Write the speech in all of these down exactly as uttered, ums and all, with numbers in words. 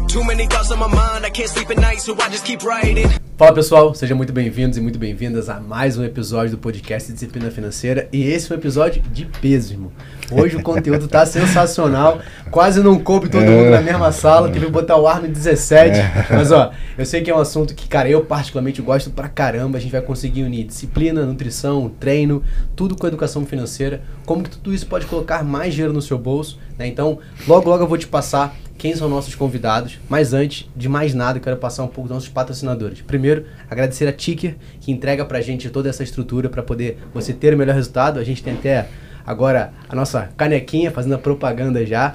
Fala pessoal, sejam muito bem-vindos e muito bem-vindas a mais um episódio do podcast Disciplina Financeira. E esse é um episódio de peso, irmão. Hoje o conteúdo tá sensacional, quase não coube todo mundo na mesma sala, teve que botar o ar no dezessete. Mas ó, eu sei que é um assunto que, cara, eu particularmente gosto pra caramba. A gente vai conseguir unir disciplina, nutrição, treino, tudo com educação financeira. Como que tudo isso pode colocar mais dinheiro no seu bolso, né? Então, logo logo eu vou te passar quem são nossos convidados, mas antes de mais nada eu quero passar um pouco dos nossos patrocinadores. Primeiro, agradecer a Ticker, que entrega pra gente toda essa estrutura para poder você ter o melhor resultado. A gente tem até agora a nossa canequinha fazendo a propaganda já.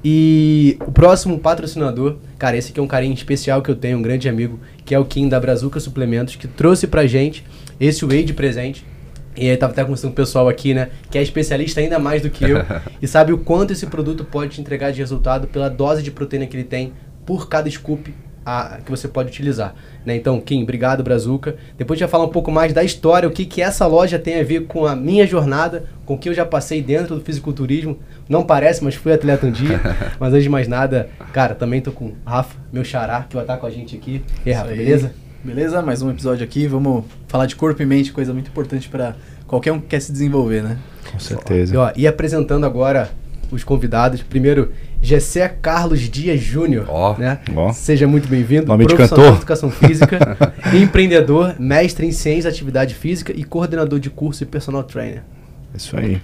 E o próximo patrocinador, cara, esse aqui é um carinho especial que eu tenho, um grande amigo, que é o Kim da Brazuca Suplementos, que trouxe pra gente esse whey de presente. E aí tava até conversando com o pessoal aqui, né, que é especialista ainda mais do que eu e sabe o quanto esse produto pode te entregar de resultado pela dose de proteína que ele tem por cada scoop a, que você pode utilizar, né? Então, Kim, obrigado, Brazuca. Depois a gente vai falar um pouco mais da história, o que que essa loja tem a ver com a minha jornada, com o que eu já passei dentro do fisiculturismo. Não parece, mas fui atleta um dia. Mas antes de mais nada, cara, também tô com o Rafa, meu xará, que vai estar com a gente aqui. E aí, Rafa, beleza? Beleza? Mais um episódio aqui. Vamos falar de corpo e mente, coisa muito importante para qualquer um que quer se desenvolver, né? Com certeza. E, ó, e apresentando agora os convidados. Primeiro, Gessé Carlos Dias Júnior. Ó, né? ó. Seja muito bem-vindo. Nome de Profissional cantor. de educação física, empreendedor, mestre em ciência de atividade física e coordenador de curso e personal trainer. Isso aí.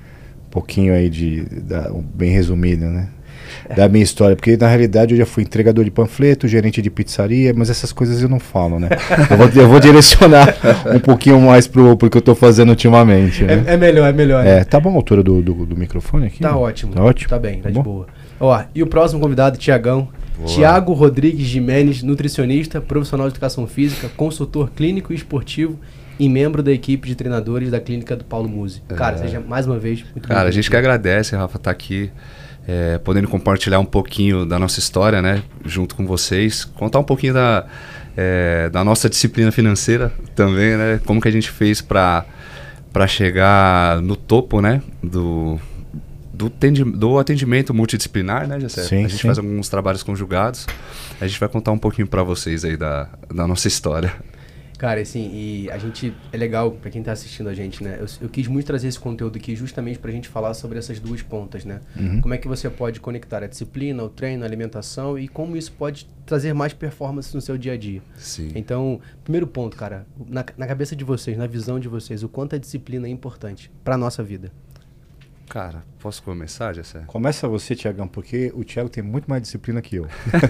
Um pouquinho aí de, da, bem resumido, né? Da minha história, porque na realidade eu já fui entregador de panfleto, gerente de pizzaria, mas essas coisas eu não falo, né? Eu vou, eu vou direcionar um pouquinho mais pro, pro que eu tô fazendo ultimamente, né? É, é melhor, é melhor. É, né? tá bom a altura do, do, do microfone aqui? Tá ótimo. Tá ótimo? Tá bem, tá, Tá de bom? boa. Ó, e o próximo convidado, Tiagão. Boa. Tiago Rodrigues Jimenez, nutricionista, profissional de educação física, consultor clínico e esportivo e membro da equipe de treinadores da clínica do Paulo Musi. Cara, É. seja mais uma vez muito Cara, a bem-vindo. gente que agradece, Rafa, estar aqui, é, podendo compartilhar um pouquinho da nossa história, né, junto com vocês, contar um pouquinho da, é, da nossa disciplina financeira também, né, como que a gente fez para para chegar no topo, né, do, do, tendi, do atendimento multidisciplinar, né, Gessé? Sim, A gente sim. faz alguns trabalhos conjugados, a gente vai contar um pouquinho para vocês aí da, da nossa história. Cara, assim, e a gente, é legal pra quem tá assistindo a gente, né? Eu, eu quis muito trazer esse conteúdo aqui justamente pra gente falar sobre essas duas pontas, né? Uhum. Como é que você pode conectar a disciplina, o treino, a alimentação e como isso pode trazer mais performance no seu dia a dia. Sim. Então, primeiro ponto, cara, na, na cabeça de vocês, na visão de vocês, o quanto a disciplina é importante pra nossa vida. Cara, posso começar, Gessé? Começa você, Tiagão, porque o Thiago tem muito mais disciplina que eu.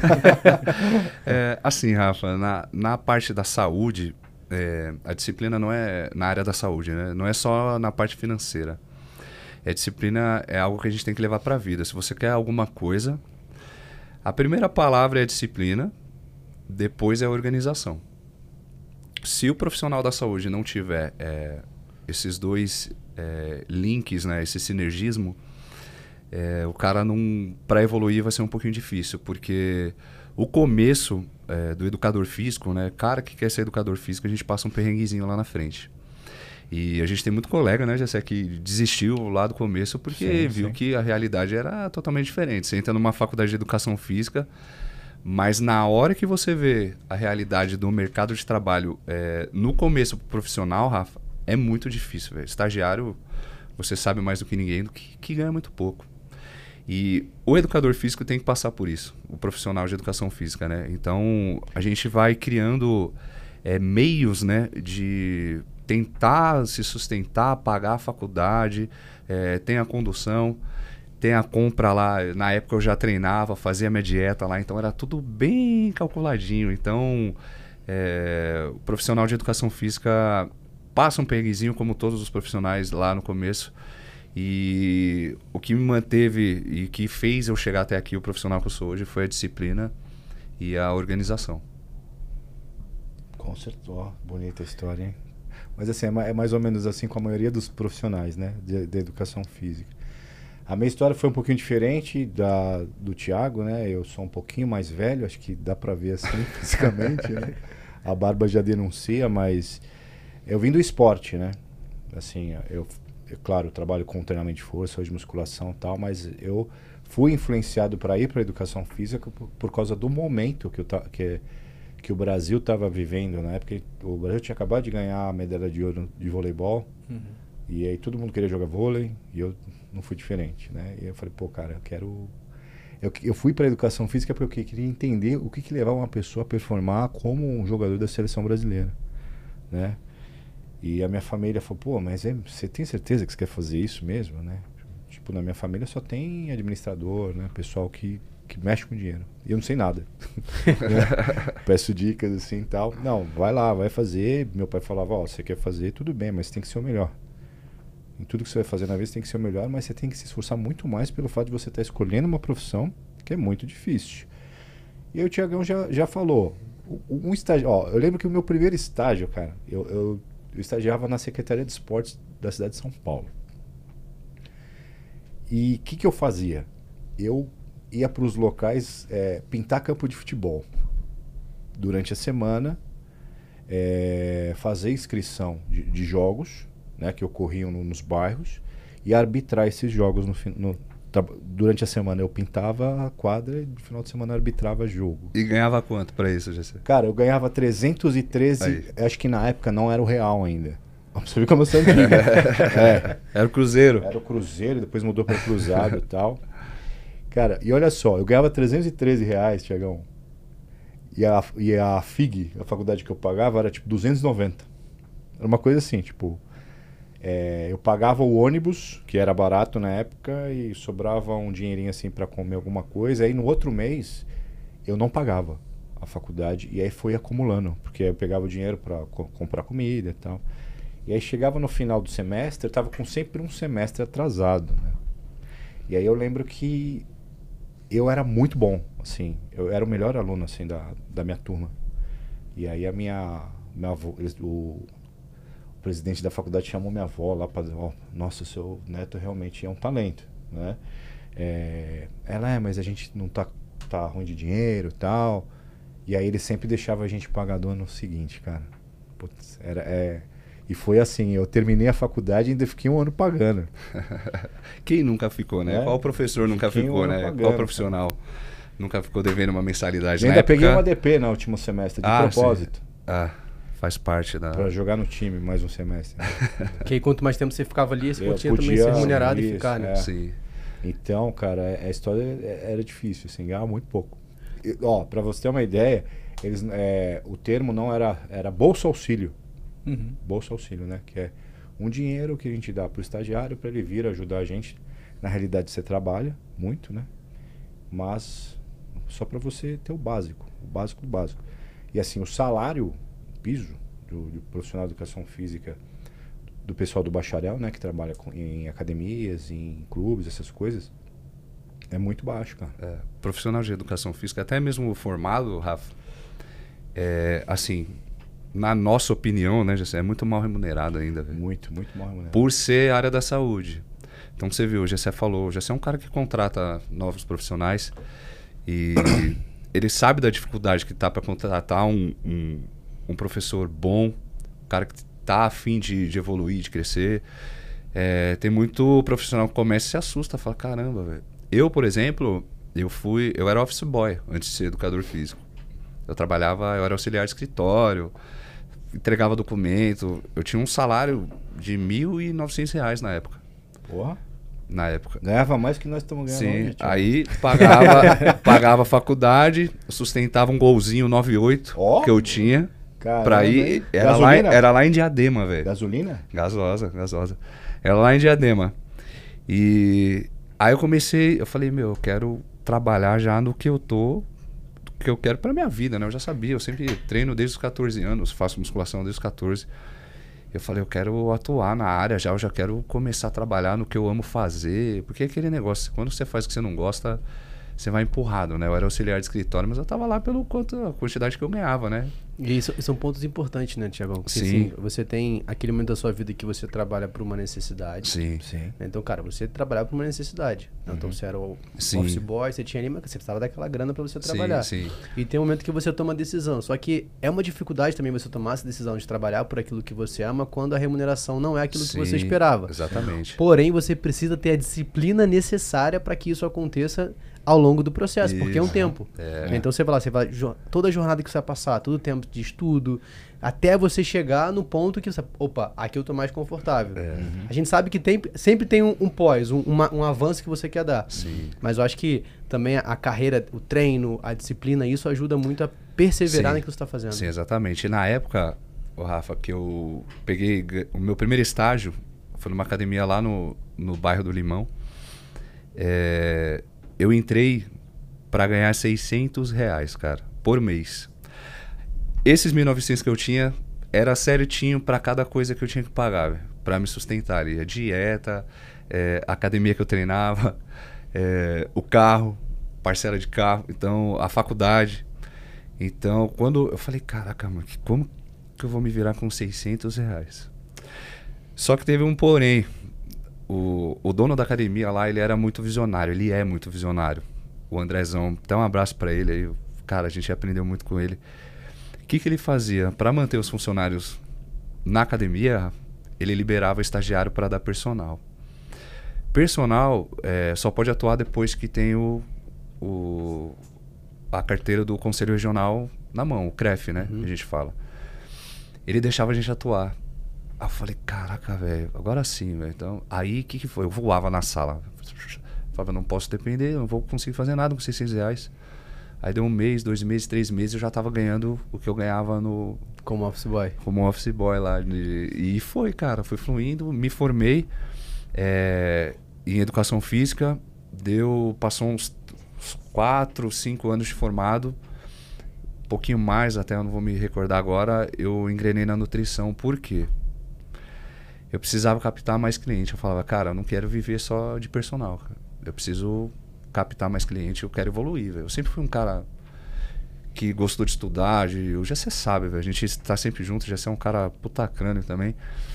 É, assim, Rafa, na, na parte da saúde, é, a disciplina não é na área da saúde, né? Não é só na parte financeira. A disciplina é algo que a gente tem que levar para a vida. Se você quer alguma coisa, a primeira palavra é disciplina, depois é a organização. Se o profissional da saúde não tiver é, esses dois é, links, né, esse sinergismo, É, o cara não, para evoluir vai ser um pouquinho difícil, porque o começo é, do educador físico, né, cara que quer ser educador físico, a gente passa um perrenguezinho lá na frente. E a gente tem muito colega, né, Gessé, que desistiu lá do começo porque Sim, viu sim. que a realidade era totalmente diferente. Você entra numa faculdade de educação física, mas na hora que você vê a realidade do mercado de trabalho é, no começo profissional, Rafa, é muito difícil, velho. Estagiário, você sabe mais do que ninguém, do que, que ganha muito pouco. E o educador físico tem que passar por isso, o profissional de educação física, né? Então, a gente vai criando é, meios, né, de tentar se sustentar, pagar a faculdade, é, tem a condução, tem a compra lá. Na época eu já treinava, fazia minha dieta lá, então era tudo bem calculadinho. Então, é, o profissional de educação física passa um perrenguezinho, como todos os profissionais lá no começo. E o que me manteve e que fez eu chegar até aqui, o profissional que eu sou hoje, foi a disciplina e a organização. Com certeza, ó, bonita a história, hein? Mas assim, é, ma- é mais ou menos assim com a maioria dos profissionais, né, de, de educação física. A minha história foi um pouquinho diferente da do Thiago, né? Eu sou um pouquinho mais velho, acho que dá pra ver assim fisicamente, né? A barba já denuncia, mas eu vim do esporte, né? Assim, eu é claro, eu trabalho com treinamento de força, hoje musculação e tal, mas eu fui influenciado para ir para a educação física por, por causa do momento que, eu ta, que, que o Brasil estava vivendo, na época o Brasil tinha acabado de ganhar a medalha de ouro de voleibol, uhum. E aí todo mundo queria jogar vôlei e eu não fui diferente, né? E eu falei, pô, cara, eu quero... Eu, eu fui para a educação física porque eu queria entender o que, que levava uma pessoa a performar como um jogador da seleção brasileira, né? E a minha família falou, pô, mas é, você tem certeza que você quer fazer isso mesmo, né? Tipo, na minha família só tem administrador, né? Pessoal que, que mexe com dinheiro. E eu não sei nada. Peço dicas assim e tal. Não, vai lá, vai fazer. Meu pai falava, ó, você quer fazer, tudo bem, mas tem que ser o melhor. Em tudo que você vai fazer na vida você tem que ser o melhor, mas você tem que se esforçar muito mais pelo fato de você estar escolhendo uma profissão que é muito difícil. E aí o Tiagão já, já falou, um estágio, ó, eu lembro que o meu primeiro estágio, cara, eu, eu, eu estagiava na Secretaria de Esportes da cidade de São Paulo. E o que, que eu fazia? Eu ia para os locais é, pintar campo de futebol. Durante a semana, é, fazer inscrição de, de jogos, né, que ocorriam no, nos bairros, e arbitrar esses jogos no, no, durante a semana. Eu pintava a quadra e no final de semana arbitrava jogo. E ganhava quanto pra isso, G C? Cara, eu ganhava trezentos e treze, aí. Acho que na época não era o real ainda. Pra você ver como eu sou antigo. É. Era o Cruzeiro. Era o Cruzeiro, depois mudou para Cruzado e tal. Cara, e olha só, eu ganhava trezentos e treze reais, Tiagão. E a, e a F I G, a faculdade que eu pagava, era tipo duzentos e noventa. Era uma coisa assim, tipo... É, eu pagava o ônibus, que era barato na época, e sobrava um dinheirinho assim para comer alguma coisa. Aí no outro mês eu não pagava a faculdade, e aí foi acumulando, porque eu pegava o dinheiro para co comprar comida e tal. E aí chegava no final do semestre, eu tava com sempre um semestre atrasado, né? E aí eu lembro que eu era muito bom, assim, eu era o melhor aluno assim da, da minha turma. E aí a minha, minha avó, o O presidente da faculdade chamou minha avó lá para dizer, ó, nossa, seu neto realmente é um talento, né? É, ela é, mas a gente não tá, tá ruim de dinheiro e tal. E aí ele sempre deixava a gente pagar do ano seguinte, cara. Putz, era, é... E foi assim, eu terminei a faculdade e ainda fiquei um ano pagando. Quem nunca ficou, né? É? Qual professor nunca fiquei ficou, um né? Pagando, Qual profissional cara. Nunca ficou devendo uma mensalidade? Eu na ainda época... peguei um A D P no último semestre, de ah, propósito. Sim. Ah, faz parte da... Pra jogar no time mais um semestre. Que aí quanto mais tempo você ficava ali, você eu podia podia, também ser remunerado isso, e ficar, né? É. Sim. Então, cara, a história era difícil, assim, ganhava muito pouco. E, ó, pra você ter uma ideia, eles, é, o termo não era, era bolsa auxílio. Uhum. Bolsa auxílio, né? Que é um dinheiro que a gente dá pro estagiário para ele vir ajudar a gente. Na realidade, você trabalha muito, né? Mas só para você ter o básico, o básico do básico. E assim, o salário, o piso do, do profissional de educação física, do pessoal do bacharel, né? Que trabalha com, em academias, em clubes, essas coisas, é muito baixo, cara. É, profissional de educação física, até mesmo formado, Rafa, é, assim, na nossa opinião, né, Gessé, é muito mal remunerado ainda. Véio. Muito, muito mal remunerado. Por ser área da saúde. Então você viu, o Gessé falou, o Gessé é um cara que contrata novos profissionais e ele sabe da dificuldade que tá para contratar um, um, um professor bom, um cara que tá a fim de, de evoluir, de crescer. É, tem muito profissional que começa e se assusta, fala, caramba, velho. Eu, por exemplo, eu fui, eu era office boy antes de ser educador físico. Eu trabalhava, eu era auxiliar de escritório, entregava documento. Eu tinha um salário de mil e novecentos reais na época. Porra. Na época. Ganhava mais que nós estamos ganhando Sim, hoje, aí pagava, pagava a faculdade, sustentava um golzinho nove oito oh, que eu tinha. Caramba, pra ir. Era lá, era lá em Diadema, velho. Gasolina? Gasosa, gasosa. Era lá em Diadema. E aí eu comecei, eu falei, meu, eu quero trabalhar já no que eu tô, que eu quero pra minha vida, né? Eu já sabia, eu sempre treino desde os quatorze anos, faço musculação desde os quatorze. Eu falei, eu quero atuar na área já, eu já quero começar a trabalhar no que eu amo fazer. Porque é aquele negócio, quando você faz o que você não gosta, você vai empurrado, né? Eu era auxiliar de escritório, mas eu tava lá pelo quanto, a quantidade que eu ganhava, né? E isso são pontos importantes, né, Tiagão? Porque Sim. assim, você tem aquele momento da sua vida que você trabalha por uma necessidade. Sim. Sim. Então, cara, você trabalhava por uma necessidade. Né? Então, você era o Sim. office boy, você tinha ali, mas você precisava daquela grana pra você trabalhar. Sim, sim. E tem um momento que você toma a decisão. Só que é uma dificuldade também você tomar essa decisão de trabalhar por aquilo que você ama quando a remuneração não é aquilo que você Sim, esperava. Exatamente. Porém, você precisa ter a disciplina necessária para que isso aconteça ao longo do processo, porque é um Isso. tempo. É. Então você vai lá, você vai, jo- toda a jornada que você vai passar, todo o tempo de estudo, até você chegar no ponto que você, opa, aqui eu tô mais confortável. É. A gente sabe que tem, sempre tem um, um pós, um, uma- um avanço que você quer dar. Sim. Mas eu acho que também a, a carreira, o treino, a disciplina, isso ajuda muito a perseverar Sim. naquilo que você está fazendo. Sim, exatamente. E na época, ô Rafa, que eu peguei g- o meu primeiro estágio, foi numa academia lá no, no bairro do Limão. É, eu entrei para ganhar seiscentos reais, cara, por mês. Esses mil e novecentos que eu tinha era certinho para cada coisa que eu tinha que pagar, para me sustentar ali. A dieta, é, a academia que eu treinava, é, o carro, parcela de carro, então a faculdade. Então, quando eu falei, caraca, mano, que- como que eu vou me virar com seiscentos reais? Só que teve um porém. O, o dono da academia lá, ele era muito visionário, ele é muito visionário. O Andrezão, até um abraço pra ele aí, cara, a gente aprendeu muito com ele. O que que ele fazia? Para manter os funcionários na academia, ele liberava estagiário para dar personal. Personal é, só pode atuar depois que tem o, o, a carteira do Conselho Regional na mão, o C R E F, né? Uhum. Que a gente fala. Ele deixava a gente atuar. Aí eu falei, caraca, velho, agora sim, velho. Então, aí o que, que foi? Eu voava na sala. Falava, não posso depender, não vou conseguir fazer nada com seiscentos reais. Aí deu um mês, dois meses, três meses, eu já tava ganhando o que eu ganhava no, Como office boy. como office boy lá. de- E foi, cara, foi fluindo, me formei é, em educação física, deu, passou uns quatro, cinco anos de formado, um pouquinho mais até, eu não vou me recordar agora, eu engrenei na nutrição. Por quê? Eu precisava captar mais cliente. Eu falava, cara, eu não quero viver só de personal, cara. Eu preciso captar mais cliente, eu quero evoluir, velho. Eu sempre fui um cara que gostou de estudar, de, o G C sabe, velho. A gente está sempre junto, o G C é um cara puta crânio também.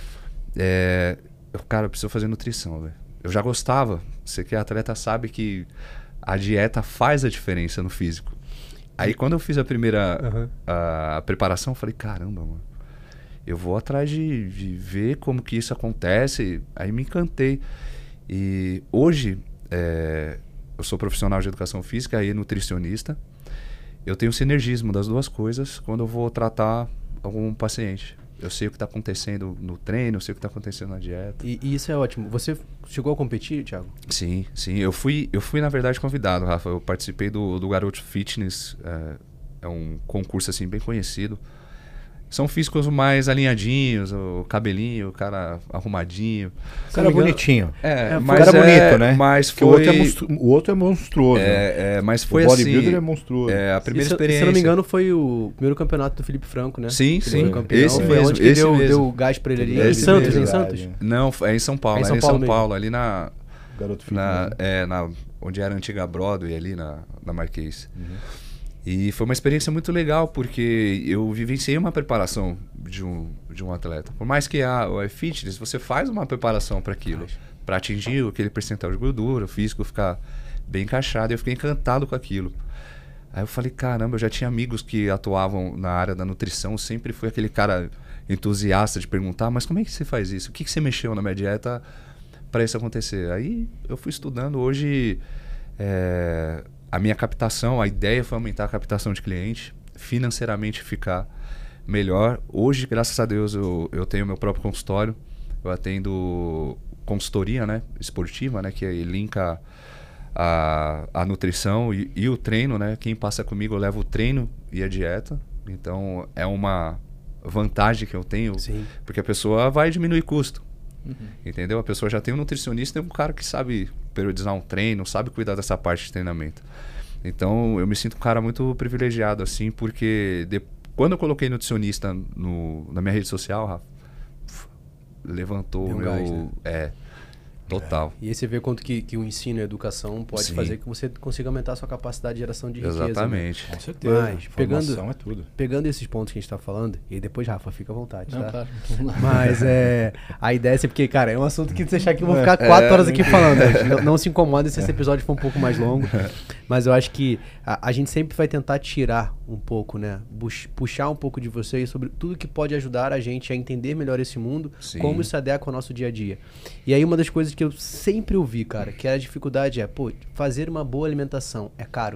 É, eu, cara, eu preciso fazer nutrição, velho. Eu já gostava. Você que é atleta sabe que a dieta faz a diferença no físico. Aí quando eu fiz a primeira Uhum. a, a preparação, eu falei, caramba, mano. Eu vou atrás de, de ver como que isso acontece. Aí me encantei. E hoje, é, eu sou profissional de educação física e nutricionista. Eu tenho sinergismo das duas coisas quando eu vou tratar algum paciente. Eu sei o que está acontecendo no treino, eu sei o que está acontecendo na dieta. E, e isso é ótimo. Você chegou a competir, Thiago? Sim, sim. Eu fui, eu fui na verdade, convidado, Rafa. Eu participei do, do Garoto Fitness. É, é um concurso assim bem conhecido. São físicos mais alinhadinhos, o cabelinho, o cara arrumadinho. O cara me engano- bonitinho. É, É, mas o cara é, bonito, né? Mas Porque o foi... outro é, monstru... o outro é monstruoso. né? É, é, mas O foi bodybuilder assim... é monstruoso. É, a primeira E se, experiência... se eu não me engano, foi o primeiro campeonato do Felipe Franco, né? Sim, Ele sim. foi campeão. Esse foi mesmo, onde que esse deu, mesmo. deu gás pra ele ali. Esse em Santos, mesmo. em Santos? Verdade, Não, é em São Paulo. É em Era São em Paulo São mesmo. Paulo, ali na... Garoto Fitness. na, né? é, na onde era a antiga Broadway, ali na, na Marquês. Uhum. E foi uma experiência muito legal, porque eu vivenciei uma preparação de um, de um atleta. Por mais que a, o fitness, você faz uma preparação para aquilo, para atingir aquele percentual de gordura, o físico ficar bem encaixado, e eu fiquei encantado com aquilo. Aí eu falei, caramba, eu já tinha amigos que atuavam na área da nutrição, sempre fui aquele cara entusiasta de perguntar, mas como é que você faz isso? O que, que você mexeu na minha dieta para isso acontecer? Aí eu fui estudando, hoje... É, a minha captação, a ideia foi aumentar a captação de cliente, financeiramente ficar melhor. Hoje, graças a Deus, eu, eu tenho meu próprio consultório. Eu atendo consultoria, né, esportiva, né, que linka a, a nutrição e, e o treino, né? Quem passa comigo, eu levo o treino e a dieta. Então, é uma vantagem que eu tenho, Sim. porque a pessoa vai diminuir custo. Uhum. Entendeu? A pessoa já tem um nutricionista e um cara que sabe periodizar um treino, sabe cuidar dessa parte de treinamento. Então, eu me sinto um cara muito privilegiado, assim, porque de... quando eu coloquei nutricionista no... na minha rede social, Rafa, levantou o Deu um meu... gás, né? É. Total. E aí você vê quanto que, que o ensino e a educação pode Sim. fazer que você consiga aumentar a sua capacidade de geração de riqueza. Exatamente. Com certeza. Mas, pegando- Formação é tudo. Pegando esses pontos que a gente tá falando, e aí depois, Rafa, fica à vontade, Não, tá? claro. Vamos lá. Mas é. A ideia é ser, porque, cara, é um assunto que você achar que eu vou ficar quatro horas aqui falando. Gente. Não, não se incomoda se esse episódio for um pouco mais longo. Mas eu acho que a, a gente sempre vai tentar tirar um pouco, né? Bux- puxar um pouco de vocês sobre tudo que pode ajudar a gente a entender melhor esse mundo, Sim. como isso adequa ao nosso dia a dia. E aí, uma das coisas que eu sempre ouvi, cara, que era a dificuldade é, pô, fazer uma boa alimentação é caro.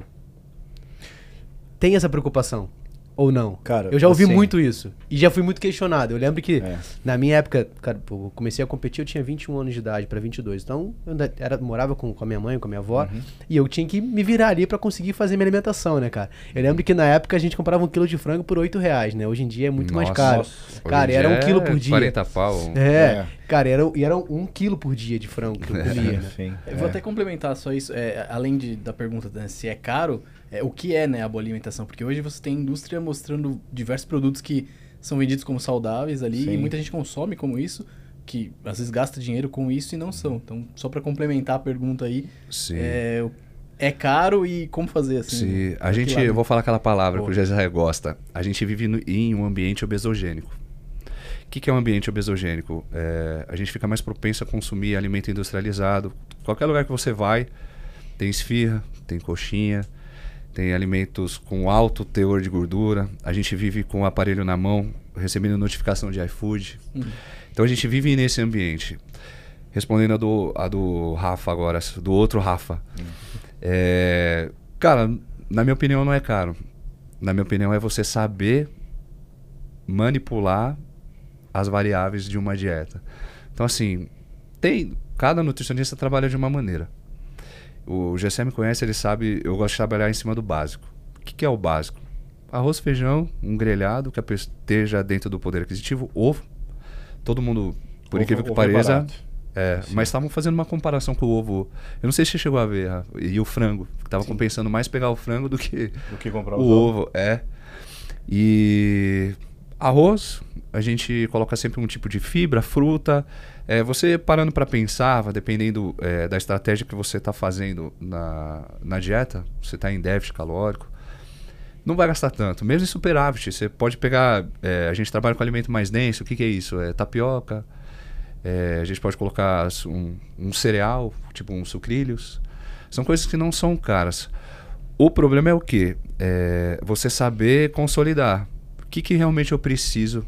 Tem essa preocupação? Ou não? Cara, eu já ouvi assim- muito isso. E já fui muito questionado. Eu lembro que É. na minha época, cara, pô, eu comecei a competir, eu tinha vinte e um anos de idade para vinte e dois. Então, eu ainda era, morava com, com a minha mãe, com a minha avó, Uhum. e eu tinha que me virar ali para conseguir fazer minha alimentação, né, cara? Eu lembro que na época a gente comprava um quilo de frango por oito reais, né? Hoje em dia é muito mais Nossa. caro. Nossa. Cara, Hoje em era dia um quilo é por dia. quarenta pau. É, É. cara, era, e era um quilo por dia de frango que eu comia, né? Enfim, Eu vou é. até complementar só isso, é, além de, da pergunta, né, se é caro, é, o que é, né, a boa alimentação? Porque hoje você tem indústria mostrando diversos produtos que são vendidos como saudáveis ali, Sim. e muita gente consome como isso, que às vezes gasta dinheiro com isso e não são. Então, só para complementar a pergunta aí, Sim. é, é caro e como fazer assim? Se a Que gente, lado? eu vou falar aquela palavra Boa. que o José gosta. A gente vive no- em um ambiente obesogênico. O que, que é um ambiente obesogênico? É, a gente fica mais propenso a consumir alimento industrializado. Qualquer lugar que você vai, tem esfirra, tem coxinha, tem alimentos com alto teor de gordura. A gente vive com o aparelho na mão, recebendo notificação de iFood. Uhum. Então a gente vive nesse ambiente. Respondendo a do, a do Rafa agora, do outro Rafa. É, cara, na minha opinião não é caro. Na minha opinião é você saber manipular as variáveis de uma dieta. Então assim, tem, cada nutricionista trabalha de uma maneira. O G C me conhece, ele sabe, eu gosto de trabalhar em cima do básico. O que, que é o básico? Arroz, feijão, um grelhado que a pessoa esteja dentro do poder aquisitivo, ovo. Todo mundo, por Ovo- incrível que ovo é pareça, barato. é, mas estavam fazendo uma comparação com o ovo. Eu não sei se você chegou a ver, Rafa, e o frango. Tava compensando mais pegar o frango do que Do que comprar o os ovos. ovo. É. E arroz, a gente coloca sempre um tipo de fibra, fruta. É, você parando para pensar, vai dependendo é, da estratégia que você está fazendo na, na dieta, você está em déficit calórico, não vai gastar tanto. Mesmo em superávit, você pode pegar... é, a gente trabalha com alimento mais denso. O que, que é isso? É tapioca. É, a gente pode colocar um, um cereal, tipo um sucrilhos. São coisas que não são caras. O problema é o quê? É você saber consolidar. O que, que realmente eu preciso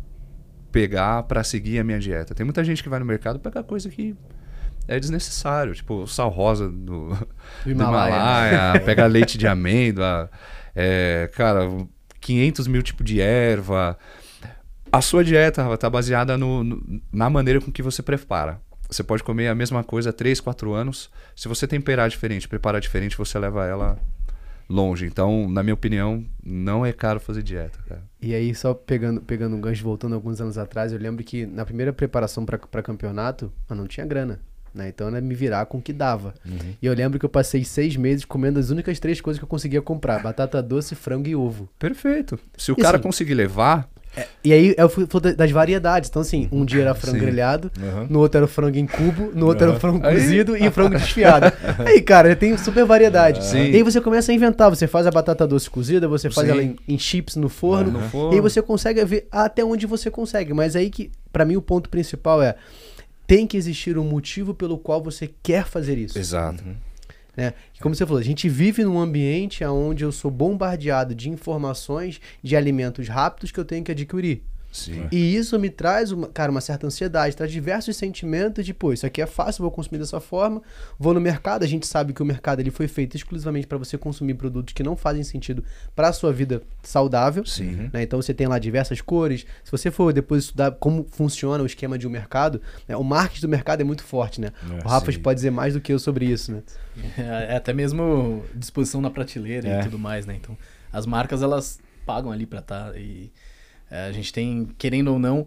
pegar para seguir a minha dieta? Tem muita gente que vai no mercado pegar coisa que é desnecessário. Tipo sal rosa do, do Himalaia. Himalaia, pega leite de amêndoa, é, cara, quinhentos mil tipos de erva. A sua dieta está baseada no, no- na maneira com que você prepara. Você pode comer a mesma coisa há três, quatro anos. Se você temperar diferente, preparar diferente, você leva ela longe. Então, na minha opinião, não é caro fazer dieta, cara. E aí, só pegando, pegando um gancho, voltando alguns anos atrás, eu lembro que na primeira preparação para campeonato, eu não tinha grana, né? Então era me virar com o que dava. E eu lembro que eu passei seis meses comendo as únicas três coisas que eu conseguia comprar: batata doce, frango e ovo. Perfeito. Se o E cara assim, conseguir levar, E aí eu fui, fui da- das variedades. Então, assim, um dia era frango Sim. grelhado, Uhum. no outro era o frango em cubo, no outro era o Uhum. frango Aí- cozido e o frango desfiado. Aí, cara, tem super variedade. Sim. E aí você começa a inventar. Você faz a batata doce cozida, você faz Sim. ela em, em chips no forno. no E aí forno. você consegue ver até onde você consegue. Mas aí que, pra mim, o ponto principal é: tem que existir um motivo pelo qual você quer fazer isso. Exato. Né? E como você falou, a gente vive num ambiente onde eu sou bombardeado de informações de alimentos rápidos que eu tenho que adquirir. Sim. E isso me traz, uma, cara, uma certa ansiedade, traz diversos sentimentos de, pô, isso aqui é fácil, vou consumir dessa forma, vou no mercado, a gente sabe que o mercado ele foi feito exclusivamente para você consumir produtos que não fazem sentido para a sua vida saudável, Sim. né? Então você tem lá diversas cores, se você for depois estudar como funciona o esquema de um mercado, né? O marketing do mercado é muito forte, né? É, o Rafa sim. pode dizer mais do que eu sobre isso, né? É, é até mesmo disposição na prateleira É. e tudo mais, né? Então, as marcas, elas pagam ali pra estar e é, a gente tem, querendo ou não,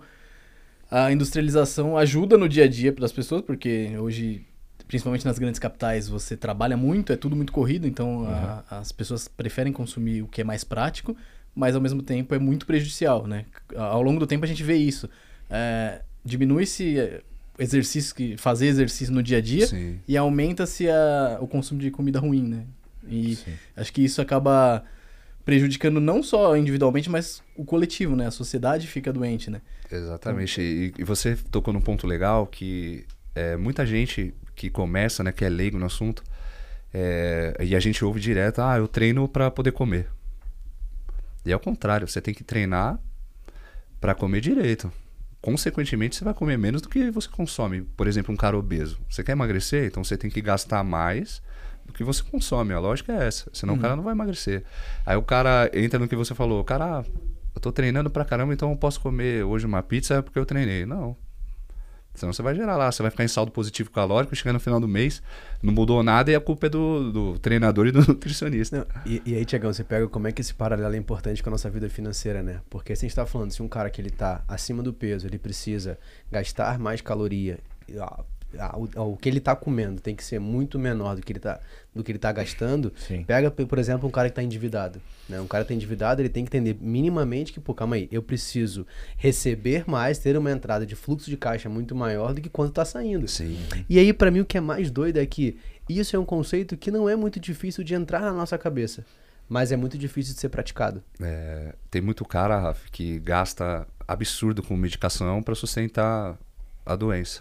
a industrialização ajuda no dia a dia das pessoas, porque hoje, principalmente nas grandes capitais, você trabalha muito, é tudo muito corrido, então a- as pessoas preferem consumir o que é mais prático, mas ao mesmo tempo é muito prejudicial, né? Ao longo do tempo a gente vê isso. É, diminui-se é, exercício, que, fazer exercício no dia a dia, Sim. e aumenta-se a- o consumo de comida ruim, né? E Sim. acho que isso acaba prejudicando não só individualmente, mas o coletivo, né? A sociedade fica doente, né? Exatamente. E, e você tocou num ponto legal que é, muita gente que começa, né, que é leigo no assunto, é, e a gente ouve direto, ah, eu treino para poder comer. E é o contrário, você tem que treinar para comer direito. Consequentemente, você vai comer menos do que você consome. Por exemplo, um cara obeso. Você quer emagrecer? Então você tem que gastar mais do que você consome. A lógica é essa. Senão Uhum. o cara não vai emagrecer. Aí o cara entra no que você falou. Cara, ah, eu tô treinando pra caramba, então eu posso comer hoje uma pizza porque eu treinei. Não. Senão você vai gerar lá. Você vai ficar em saldo positivo calórico, chegando no final do mês, não mudou nada e a culpa é do, do treinador e do nutricionista. Não, e, e aí, Tiagão, você pega como é que esse paralelo é importante com a nossa vida financeira, né? Porque se a gente tá falando, se um cara que ele tá acima do peso, ele precisa gastar mais caloria, a- a- o, o que ele tá comendo tem que ser muito menor do que ele tá, do que ele tá gastando. Sim. Pega, por exemplo, um cara que tá endividado, né? Um cara que tá endividado, ele tem que entender minimamente que, pô, calma aí, eu preciso receber mais, ter uma entrada de fluxo de caixa muito maior do que quanto tá saindo. Sim. E aí, pra mim, o que é mais doido é que isso é um conceito que não é muito difícil de entrar na nossa cabeça, mas é muito difícil de ser praticado. É, tem muito cara, Rafa, que gasta absurdo com medicação para sustentar a doença.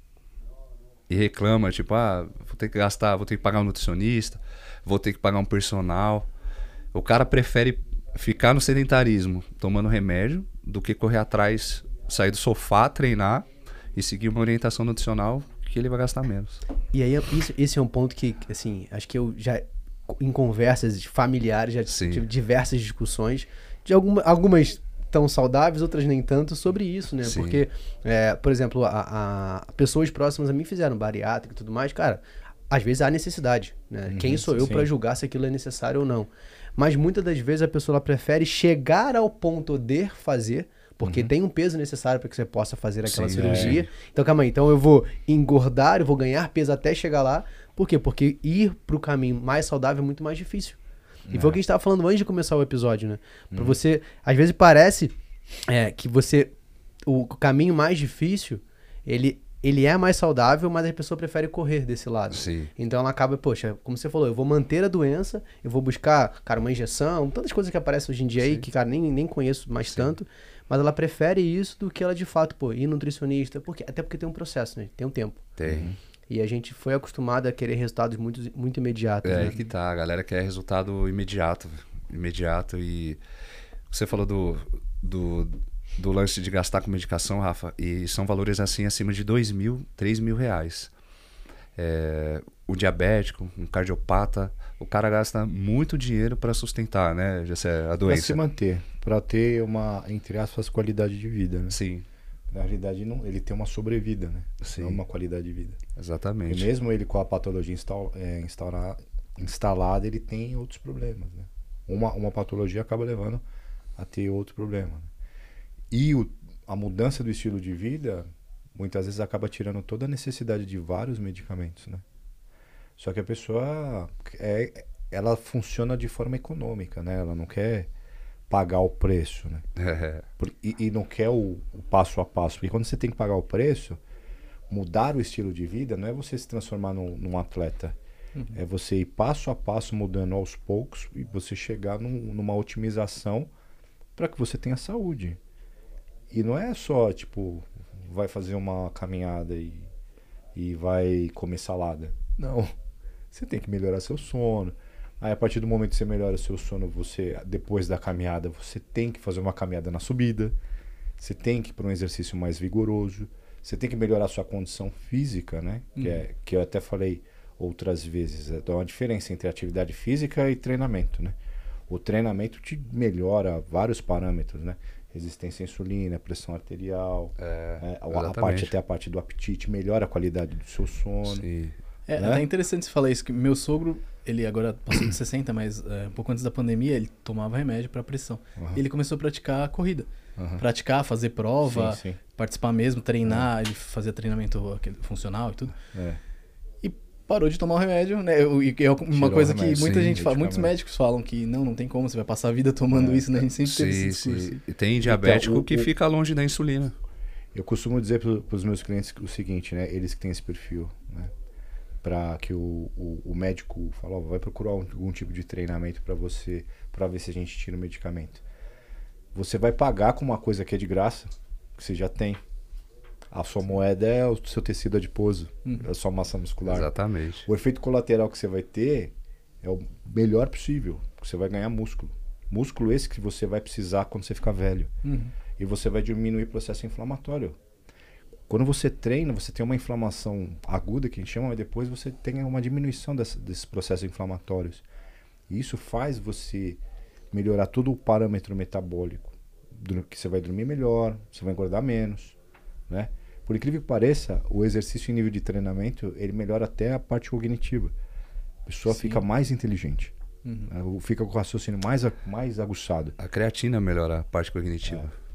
E reclama, tipo, ah, vou ter que gastar, vou ter que pagar um nutricionista, vou ter que pagar um personal. O cara prefere ficar no sedentarismo, tomando remédio, do que correr atrás, sair do sofá, treinar e seguir uma orientação nutricional que ele vai gastar menos. E aí, isso, esse é um ponto que, assim, acho que eu já, em conversas familiares, já Sim. tive diversas discussões, de alguma, algumas tão saudáveis, outras nem tanto, sobre isso, né? Sim. Porque, é, por exemplo, a, a- pessoas próximas a mim fizeram bariátrica e tudo mais, cara, às vezes há necessidade, né? Uhum, Quem sou eu sim. para julgar se aquilo é necessário ou não? Mas muitas das vezes a pessoa ela prefere chegar ao ponto de fazer, porque tem um peso necessário para que você possa fazer aquela Sim, cirurgia. Então, calma aí. Então, eu vou engordar, eu vou ganhar peso até chegar lá. Por quê? Porque ir pro caminho mais saudável é muito mais difícil. E foi o que a gente tava falando antes de começar o episódio, né? Pra você... Às vezes parece é, que você... O caminho mais difícil, ele, ele é mais saudável, mas a pessoa prefere correr desse lado. Sim. Então ela acaba, poxa, como você falou, eu vou manter a doença, eu vou buscar, cara, uma injeção, tantas coisas que aparecem hoje em dia aí, Sim. que, cara, nem, nem conheço mais Sim. tanto, mas ela prefere isso do que ela de fato, pô, ir nutricionista, porque, até porque tem um processo, né? Tem um tempo. Tem. E a gente foi acostumado a querer resultados muito, muito imediatos, É né? aí que tá, a galera quer resultado imediato, imediato e você falou do, do, do lance de gastar com medicação, Rafa, e são valores assim acima de dois mil, três mil reais. É, o diabético, um cardiopata, o cara gasta muito dinheiro para sustentar, né, essa a Para doença. se manter, para ter uma, entre aspas, qualidade de vida, né? Sim, Na realidade, não, ele tem uma sobrevida, né? Sim. Não uma qualidade de vida. E exatamente. mesmo ele com a patologia instal, é, instaura- instalada, ele tem outros problemas, né? Uma, uma patologia acaba levando a ter outro problema. Né? E o, a mudança do estilo de vida, muitas vezes acaba tirando toda a necessidade de vários medicamentos, né? Só que a pessoa, é, ela funciona de forma econômica, né? Ela não quer pagar o preço, né? É, Por- E, e não quer o, o passo a passo. Porque quando você tem que pagar o preço, mudar o estilo de vida não é você se transformar num, num atleta. Uhum. É você ir passo a passo mudando aos poucos e você chegar num- numa otimização para que você tenha saúde. E não é só, tipo, vai fazer uma caminhada e, e vai comer salada. Não. Você tem que melhorar seu sono. Aí, a partir do momento que você melhora o seu sono, você, depois da caminhada, você tem que fazer uma caminhada na subida. Você tem que ir para um exercício mais vigoroso. Você tem que melhorar a sua condição física, né? Uhum. Que, é, que eu até falei outras vezes. É uma diferença entre atividade física e treinamento, né? O treinamento te melhora vários parâmetros, né? Resistência à insulina, pressão arterial, é, é, a- a exatamente. parte, até a parte do apetite, melhora a qualidade do seu sono. Sim. É, né? até interessante você falar isso, que meu sogro, ele agora passou de sessenta, mas é, um pouco antes da pandemia, ele tomava remédio para pressão. Aham. Ele começou a praticar a corrida. Aham. Praticar, fazer prova, Sim, sim. participar mesmo, treinar, ele fazia treinamento aquele funcional e tudo. É. E parou de tomar o remédio, né? Eu- E é uma Tirou coisa o remédio, que muita sim, gente fala, muitos medicamento. médicos falam que não, não tem como, você vai passar a vida tomando É, isso, né? A gente sempre teve Sim, esse discurso. sim. E tem diabético Então, o- que o- fica longe da insulina. Eu costumo dizer para os meus clientes o seguinte, né? Eles que têm esse perfil, né? Para que o, o, o médico fala, ó, vai procurar algum tipo de treinamento para você, para ver se a gente tira o medicamento. Você vai pagar com uma coisa que é de graça, que você já tem. A sua moeda é o seu tecido adiposo, uhum. é a sua massa muscular. Exatamente. O efeito colateral que você vai ter é o melhor possível, porque você vai ganhar músculo. Músculo esse que você vai precisar quando você ficar velho. Uhum. E você vai diminuir o processo inflamatório. Quando você treina, você tem uma inflamação aguda, que a gente chama, mas depois você tem uma diminuição dessa, desses processos inflamatórios. E isso faz você melhorar todo o parâmetro metabólico, que você vai dormir melhor, você vai engordar menos, né? Por incrível que pareça, o exercício em nível de treinamento, ele melhora até a parte cognitiva. A pessoa Sim. fica mais inteligente, uhum. né? Fica com o raciocínio mais, mais aguçado. A creatina melhora a parte cognitiva. É.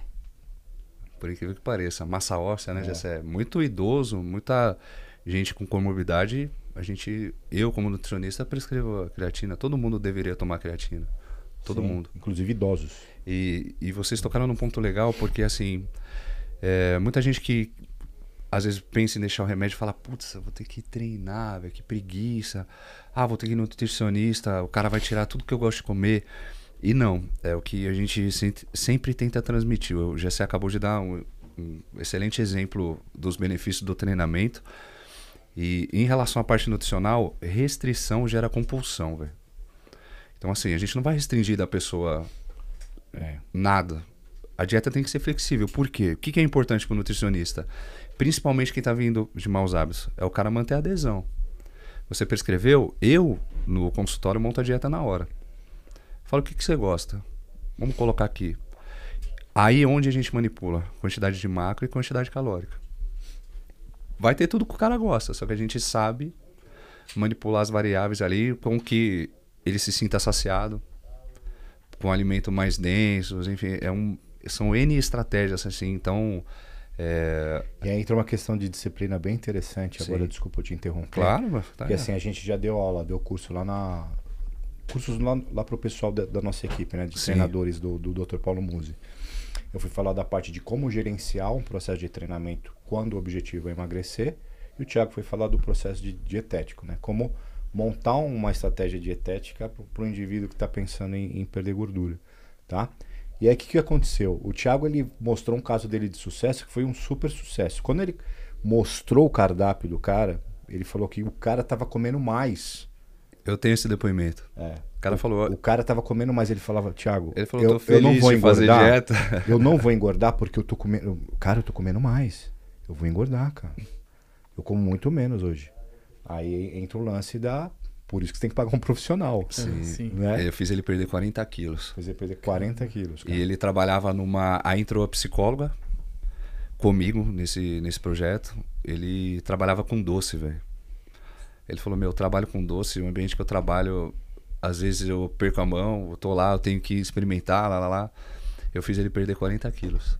Por incrível que pareça. Massa óssea, né, é. Jessé? Muito idoso, muita gente com comorbidade. A gente, eu como nutricionista, prescrevo a creatina. Todo mundo deveria tomar creatina. Todo Sim, mundo. Inclusive idosos. E, e vocês tocaram num ponto legal, porque assim, é, muita gente que às vezes pensa em deixar o remédio e fala, putz, eu vou ter que treinar, véio, que preguiça. Ah, vou ter que ir no nutricionista, o cara vai tirar tudo que eu gosto de comer. E não, é o que a gente sempre tenta transmitir. O Jessé acabou de dar um, um excelente exemplo dos benefícios do treinamento. E em relação à parte nutricional, restrição gera compulsão, velho. Então assim, a gente não vai restringir da pessoa é, nada. A dieta tem que ser flexível. Por quê? O que é importante para o nutricionista? Principalmente quem está vindo de maus hábitos. É o cara manter a adesão. Você prescreveu, eu no consultório monto a dieta na hora. Fala o que, que você gosta. Vamos colocar aqui. Aí é onde a gente manipula quantidade de macro e quantidade calórica. Vai ter tudo que o cara gosta, só que a gente sabe manipular as variáveis ali com que ele se sinta saciado, com alimentos mais densos, enfim, é um, são N estratégias assim, então... É... E aí entra uma questão de disciplina bem interessante, Sim. agora desculpa eu te interromper. Claro, mas tá. Porque assim, a gente já deu aula, deu curso lá na... cursos lá, lá para o pessoal da, da nossa equipe, né, de Sim. treinadores do, do doutor Paulo Musi. Eu fui falar da parte de como gerenciar um processo de treinamento quando o objetivo é emagrecer, e o Thiago foi falar do processo de dietético, né, como montar uma estratégia dietética para o indivíduo que está pensando em, em perder gordura, tá? E aí o que, que aconteceu? O Thiago, ele mostrou um caso dele de sucesso que foi um super sucesso. Quando ele mostrou o cardápio do cara, ele falou que o cara estava comendo mais. Eu tenho esse depoimento. É. O cara o, falou... O cara tava comendo, mas ele falava, Thiago, ele falou, eu, tô feliz eu não vou de fazer engordar. dieta. Eu não vou engordar porque eu tô comendo... Cara, eu tô comendo mais. Eu vou engordar, cara. Eu como muito menos hoje. Aí entra o lance da... Por isso que você tem que pagar um profissional. Sim. Sim. Né? Eu fiz ele perder quarenta quilos. Fiz ele perder quarenta quilos. Cara. E ele trabalhava numa... Aí entrou a psicóloga comigo nesse, nesse projeto. Ele trabalhava com doce, velho. Ele falou, meu, eu trabalho com doce, o ambiente que eu trabalho, às vezes eu perco a mão, eu tô lá, eu tenho que experimentar, lá, lá, lá. Eu fiz ele perder quarenta quilos.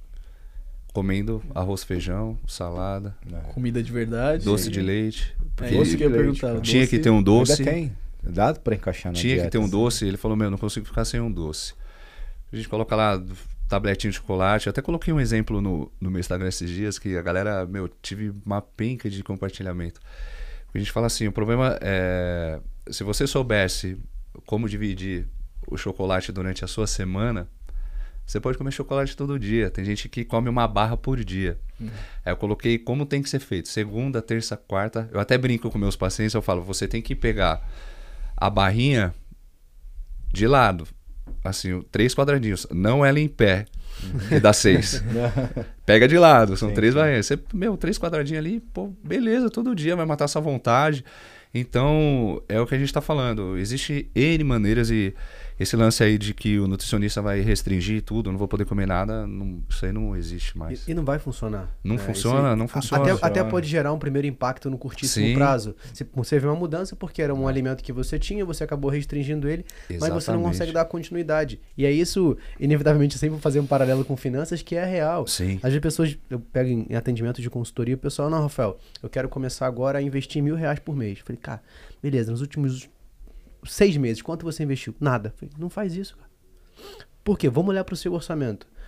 Comendo arroz, feijão, salada. É. Comida de verdade. Doce de leite. É doce que eu perguntava. Tinha doce, que ter um doce. Ainda tem. Dá pra encaixar na Tinha dieta, que ter um assim. doce. Ele falou, meu, não consigo ficar sem um doce. A gente coloca lá tabletinho de chocolate. Eu até coloquei um exemplo no, no meu Instagram esses dias, que a galera, meu, tive uma penca de compartilhamento. A gente fala assim, o problema é... Se você soubesse como dividir o chocolate durante a sua semana, você pode comer chocolate todo dia. Tem gente que come uma barra por dia. Uhum. Aí eu coloquei como tem que ser feito. Segunda, terça, quarta. Eu até brinco com meus pacientes, eu falo, você tem que pegar a barrinha de lado. Assim, três quadradinhos. Não ela em pé, que dá seis. Pega de lado, são sim, três barrinhas. Você, meu, três quadradinhos ali, pô, beleza, todo dia vai matar sua vontade. Então, é o que a gente está falando. Existe N maneiras e esse lance aí de que o nutricionista vai restringir tudo, não vou poder comer nada, não, isso aí não existe mais. E, e não vai funcionar. Não é, funciona, esse, não funciona. Até, funciona. até pode gerar um primeiro impacto no curtíssimo Sim. prazo. Você, você vê uma mudança porque era um é. alimento que você tinha, você acabou restringindo ele, Exatamente. Mas você não consegue dar continuidade. E é isso, inevitavelmente, eu sempre vou fazer um paralelo com finanças, que é real. Sim. As pessoas, eu pego em atendimento de consultoria, o pessoal, não, Rafael, eu quero começar agora a investir mil reais por mês. Eu falei, cara, beleza, nos últimos seis meses, quanto você investiu? Nada. Eu falei, não faz isso, cara. Por quê? Vamos olhar para o seu orçamento.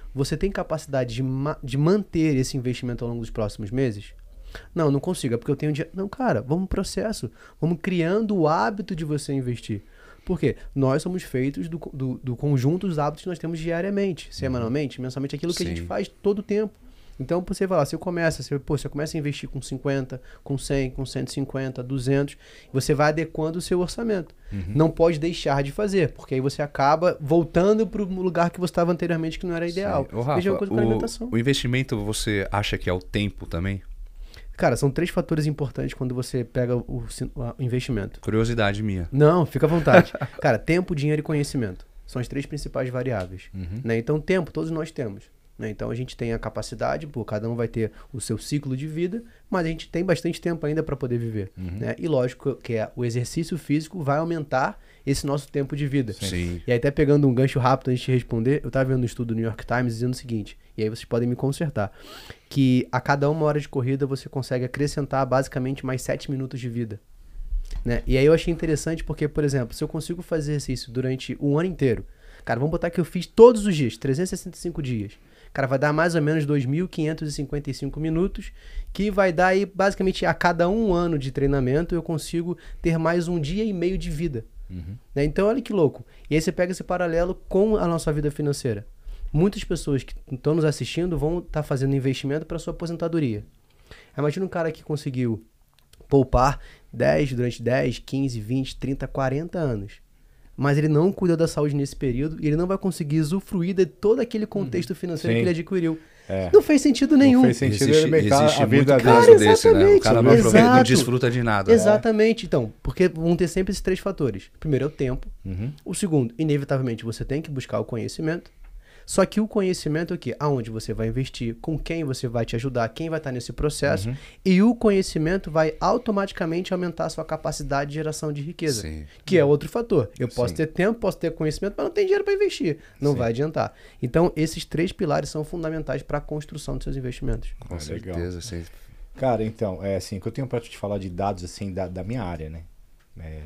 você tem capacidade de, ma de manter esse investimento ao longo dos próximos meses? Não, não consigo, é porque eu tenho dinheiro. Não, cara, vamos pro processo. Vamos criando o hábito de você investir. Por quê? Nós somos feitos do, do, do conjunto dos hábitos que nós temos diariamente, semanalmente, mensalmente, aquilo que Sim. a gente faz todo o tempo. Então, você vai lá, você começa, você, pô, você começa a investir com cinquenta, com cem, com cento e cinquenta, duzentos, você vai adequando o seu orçamento. Uhum. Não pode deixar de fazer, porque aí você acaba voltando para o lugar que você estava anteriormente, que não era ideal. Ô, Rafa, Mesma coisa com a o, alimentação. o investimento, você acha que é o tempo também? Cara, são três fatores importantes quando você pega o, o investimento. Curiosidade minha. Não, fica à vontade. Cara, tempo, dinheiro e conhecimento. São as três principais variáveis. Uhum. Né? Então, tempo, todos nós temos. Né? Então, a gente tem a capacidade, pô, cada um vai ter o seu ciclo de vida, mas a gente tem bastante tempo ainda para poder viver. Uhum. Né? E lógico que é, o exercício físico vai aumentar esse nosso tempo de vida. Sim. E aí, até pegando um gancho rápido antes de responder, eu estava vendo um estudo do New York Times dizendo o seguinte, e aí vocês podem me consertar, que a cada uma hora de corrida você consegue acrescentar basicamente mais sete minutos de vida. Né? E aí eu achei interessante porque, por exemplo, se eu consigo fazer exercício durante um ano inteiro, cara, vamos botar que eu fiz todos os dias, trezentos e sessenta e cinco dias, cara, vai dar mais ou menos dois mil quinhentos e cinquenta e cinco minutos, que vai dar aí, basicamente, a cada um ano de treinamento, eu consigo ter mais um dia e meio de vida. Uhum. Né? Então, olha que louco. E aí você pega esse paralelo com a nossa vida financeira. Muitas pessoas que estão nos assistindo vão estar tá fazendo investimento para sua aposentadoria. Imagina um cara que conseguiu poupar dez durante dez, quinze, vinte, trinta, quarenta anos. Mas ele não cuida da saúde nesse período e ele não vai conseguir usufruir de todo aquele contexto financeiro Sim. que ele adquiriu. É. Não fez sentido nenhum. Não fez sentido existe, ele existe a vida muito caso dele. desse, né? O cara não, aproveita, não desfruta de nada. Exatamente. É. Então, porque vão ter sempre esses três fatores. O primeiro é o tempo. Uhum. O segundo, inevitavelmente, você tem que buscar o conhecimento. Só que o conhecimento é o quê? Aonde você vai investir, com quem você vai te ajudar, quem vai estar nesse processo. Uhum. E o conhecimento vai automaticamente aumentar a sua capacidade de geração de riqueza. Sim. Que é outro fator. Eu posso Sim. ter tempo, posso ter conhecimento, mas não tenho dinheiro para investir. Não Sim. vai adiantar. Então, esses três pilares são fundamentais para a construção dos seus investimentos. Com ah, certeza, sim. Cara, então, é assim, o que eu tenho para te falar de dados assim da, da minha área, né? É,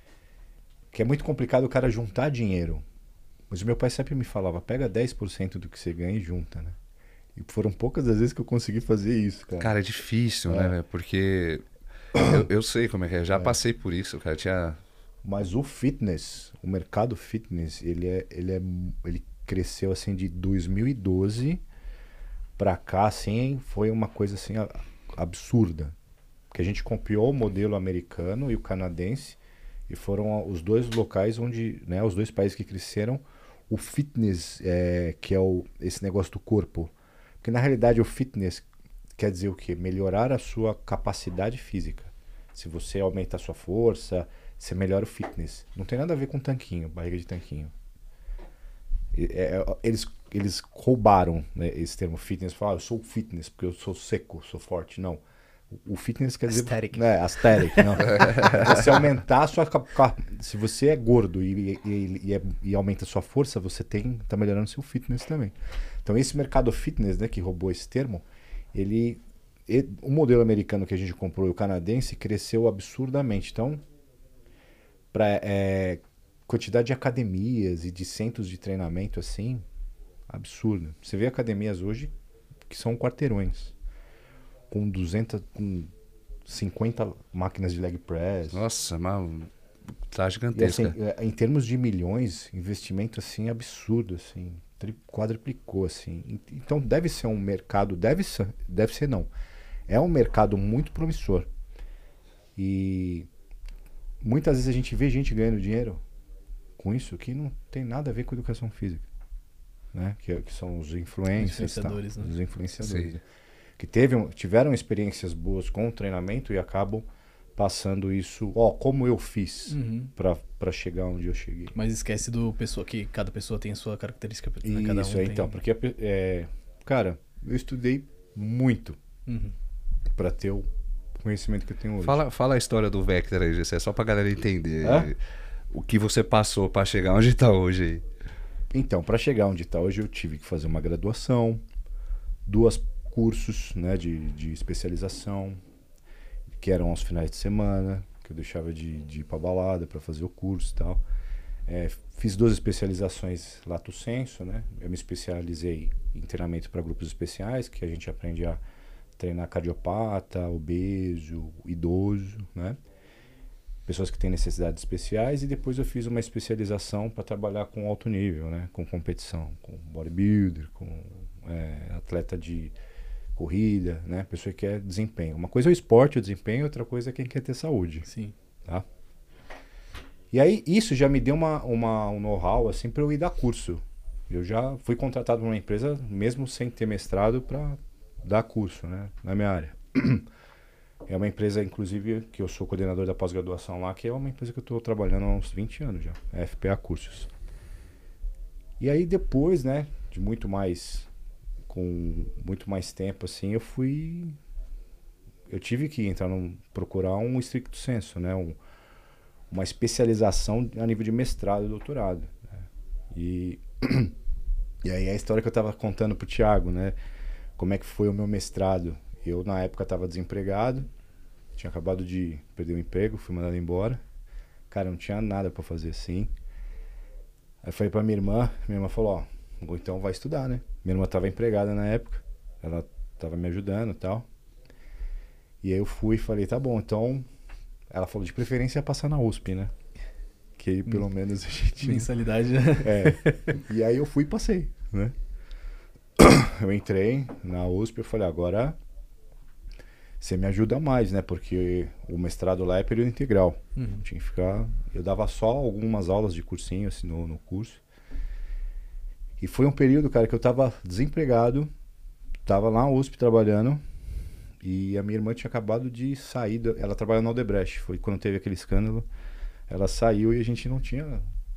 que é muito complicado o cara juntar dinheiro. Mas o meu pai sempre me falava, pega dez por cento do que você ganha e junta, né? E foram poucas as vezes que eu consegui fazer isso, cara. Cara, é difícil, é. né? Porque eu, eu sei como é que é, já é. passei por isso, cara. Tinha... Mas o fitness, o mercado fitness, ele, é, ele, é, ele cresceu assim de dois mil e doze pra cá, assim, foi uma coisa assim absurda. Porque a gente copiou o modelo americano e o canadense e foram os dois locais onde, né, os dois países que cresceram o fitness, é, que é o, esse negócio do corpo. Porque na realidade o fitness quer dizer o quê? Melhorar a sua capacidade física. Se você aumenta a sua força, você melhora o fitness. Não tem nada a ver com tanquinho, barriga de tanquinho. É, é, eles, eles roubaram, né, esse termo fitness. Falaram, ah, eu sou fitness porque eu sou seco, sou forte. Não. O fitness quer dizer... Aesthetic. Né, aesthetic, não. Você aumentar a sua... Se você é gordo e, e, e, é, e aumenta a sua força, você tem tá melhorando o seu fitness também. Então, esse mercado fitness, né, que roubou esse termo, ele... ele o modelo americano que a gente comprou e o canadense cresceu absurdamente. Então, para é, quantidade de academias e de centros de treinamento, assim, absurdo. Você vê academias hoje que são quarteirões. Com duzentas, com cinquenta máquinas de leg press. Nossa, mas tá gigantesca. E, assim, em termos de milhões, investimento assim absurdo, assim, quadruplicou, assim. Então deve ser um mercado, deve ser, deve ser não. É um mercado muito promissor. E muitas vezes a gente vê gente ganhando dinheiro com isso que não tem nada a ver com educação física, né? Que, que são os influencers, influenciadores, tá? né? Os influenciadores. Sim. Que teve, tiveram experiências boas com o treinamento e acabam passando isso, ó, como eu fiz uhum. para chegar onde eu cheguei. Mas esquece do pessoa que cada pessoa tem a sua característica. Né? Cada Isso, um é, tem... então, porque, é, cara, eu estudei muito uhum. para ter o conhecimento que eu tenho hoje. Fala, fala a história do Vector aí, Gessé, só pra galera entender é? o que você passou para chegar onde tá hoje aí. Então, para chegar onde tá hoje, eu tive que fazer uma graduação, duas cursos, né, de, de especialização, que eram aos finais de semana, que eu deixava de, de ir pra balada para fazer o curso e tal. É, fiz duas especializações lato sensu, né? Eu me especializei em treinamento para grupos especiais, que a gente aprende a treinar cardiopata, obeso, idoso, né? Pessoas que têm necessidades especiais, e depois eu fiz uma especialização para trabalhar com alto nível, né? Com competição, com bodybuilder, com é, atleta de corrida, né? Pessoa que quer desempenho. Uma coisa é o esporte, o desempenho, outra coisa é quem quer ter saúde. Sim. Tá? E aí isso já me deu uma, uma, um know-how assim, para eu ir dar curso. Eu já fui contratado por uma empresa, mesmo sem ter mestrado, para dar curso, né? Na minha área. É uma empresa, inclusive, que eu sou coordenador da pós-graduação lá, que é uma empresa que eu estou trabalhando há uns vinte anos já, é F P A Cursos. E aí depois, né, de muito mais, com muito mais tempo, assim, eu fui, eu tive que entrar num, procurar um stricto sensu, né, um, uma especialização a nível de mestrado e doutorado. Né? E, e aí a história que eu estava contando pro Thiago, né, como é que foi o meu mestrado. Eu, na época, estava desempregado, tinha acabado de perder o emprego, fui mandado embora. Cara, não tinha nada para fazer assim. Aí eu falei pra minha irmã, minha irmã falou, ó, então vai estudar, né? Minha irmã estava empregada na época, ela estava me ajudando e tal. E aí eu fui e falei, tá bom, então... Ela falou, de preferência passar na U S P, né? Que aí pelo hum. menos a gente... Mensalidade, né? É. E aí eu fui e passei, né? Eu entrei na U S P e falei, agora... Você me ajuda mais, né? Porque o mestrado lá é período integral. Uhum. Tinha que ficar... Eu dava só algumas aulas de cursinho, assim, no, no curso. E foi um período, cara, que eu tava desempregado. Tava lá na U S P trabalhando. E a minha irmã tinha acabado de sair... Do, ela trabalha na Odebrecht. Foi quando teve aquele escândalo. Ela saiu e a gente não tinha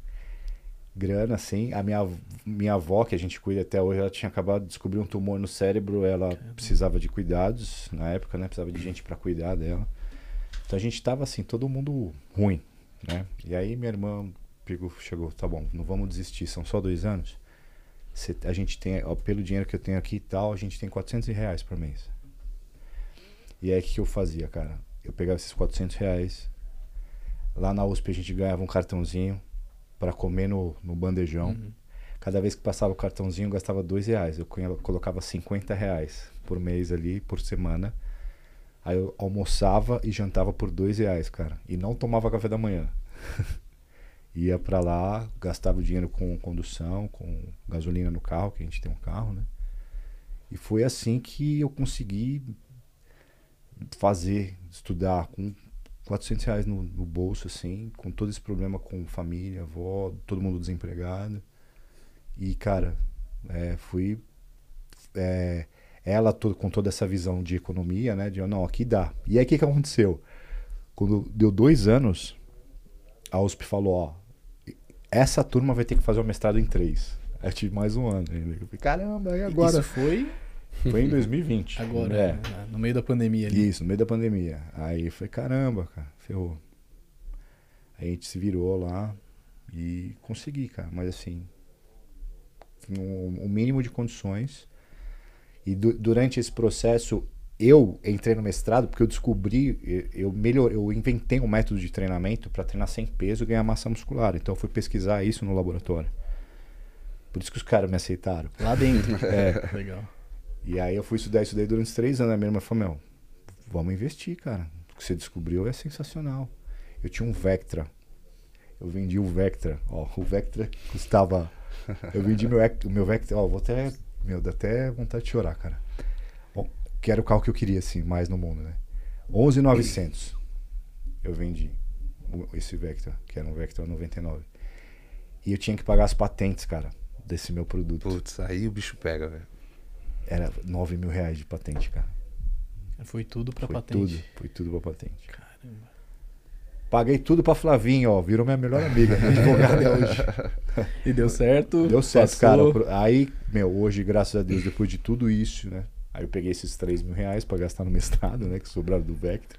grana, assim. A minha, minha avó, que a gente cuida até hoje, ela tinha acabado de descobrir um tumor no cérebro. Ela Caramba. precisava de cuidados na época, né? Precisava de gente para cuidar dela. Então a gente tava assim, todo mundo ruim, né? E aí minha irmã pegou, chegou, tá bom, não vamos desistir, são só dois anos. Cê, a gente tem, ó, pelo dinheiro que eu tenho aqui e tal, a gente tem quatrocentos reais por mês. E aí o que eu fazia, cara? Eu pegava esses quatrocentos reais, lá na U S P a gente ganhava um cartãozinho para comer no, no bandejão. Uhum. Cada vez que passava o cartãozinho eu gastava dois reais. Eu colocava cinquenta reais por mês ali, por semana. Aí eu almoçava e jantava por dois reais, cara. E não tomava café da manhã. Ia pra lá, gastava o dinheiro com condução, com gasolina no carro, que a gente tem um carro, né? E foi assim que eu consegui fazer, estudar com quatrocentos reais no, no bolso, assim, com todo esse problema com família, avó, todo mundo desempregado. E, cara, é, fui... É, ela to, com toda essa visão de economia, né? De, não, aqui dá. E aí, o que, que aconteceu? Quando deu dois anos, a U S P falou, ó, essa turma vai ter que fazer o mestrado em três. Aí eu tive mais um ano ainda. Eu falei, caramba, e agora? Isso foi... Foi em dois mil e vinte. Agora, é. no meio da pandemia ali. Isso, no meio da pandemia. Aí eu falei, caramba, cara, ferrou. Aí a gente se virou lá e consegui, cara. Mas assim, o um, mínimo de condições. E du durante esse processo, eu entrei no mestrado porque eu descobri, eu, eu, melhor, eu inventei um método de treinamento para treinar sem peso e ganhar massa muscular. Então eu fui pesquisar isso no laboratório. Por isso que os caras me aceitaram. Lá dentro. É. Legal. E aí eu fui estudar isso daí durante três anos. A minha irmã falou, meu, vamos investir, cara. O que você descobriu é sensacional. Eu tinha um Vectra. Eu vendi o Vectra. Ó, o Vectra custava... Eu vendi meu, meu Vectra... Ó, vou até... Meu, dá até vontade de chorar, cara. Bom, que era o carro que eu queria, assim, mais no mundo, né? onze mil e novecentos eu vendi esse Vectra, que era um Vectra noventa e nove. E eu tinha que pagar as patentes, cara, desse meu produto. Putz, aí o bicho pega, velho. Era nove mil reais de patente, cara. Foi tudo pra foi patente. Tudo, foi tudo pra patente. Caramba. Paguei tudo pra Flavinha, ó. Virou minha melhor amiga. Minha advogada hoje. E deu certo? Deu certo, passou. cara. Aí, meu, hoje, graças a Deus, depois de tudo isso, né? Aí eu peguei esses três mil reais pra gastar no mestrado, né? Que sobraram do Vectra.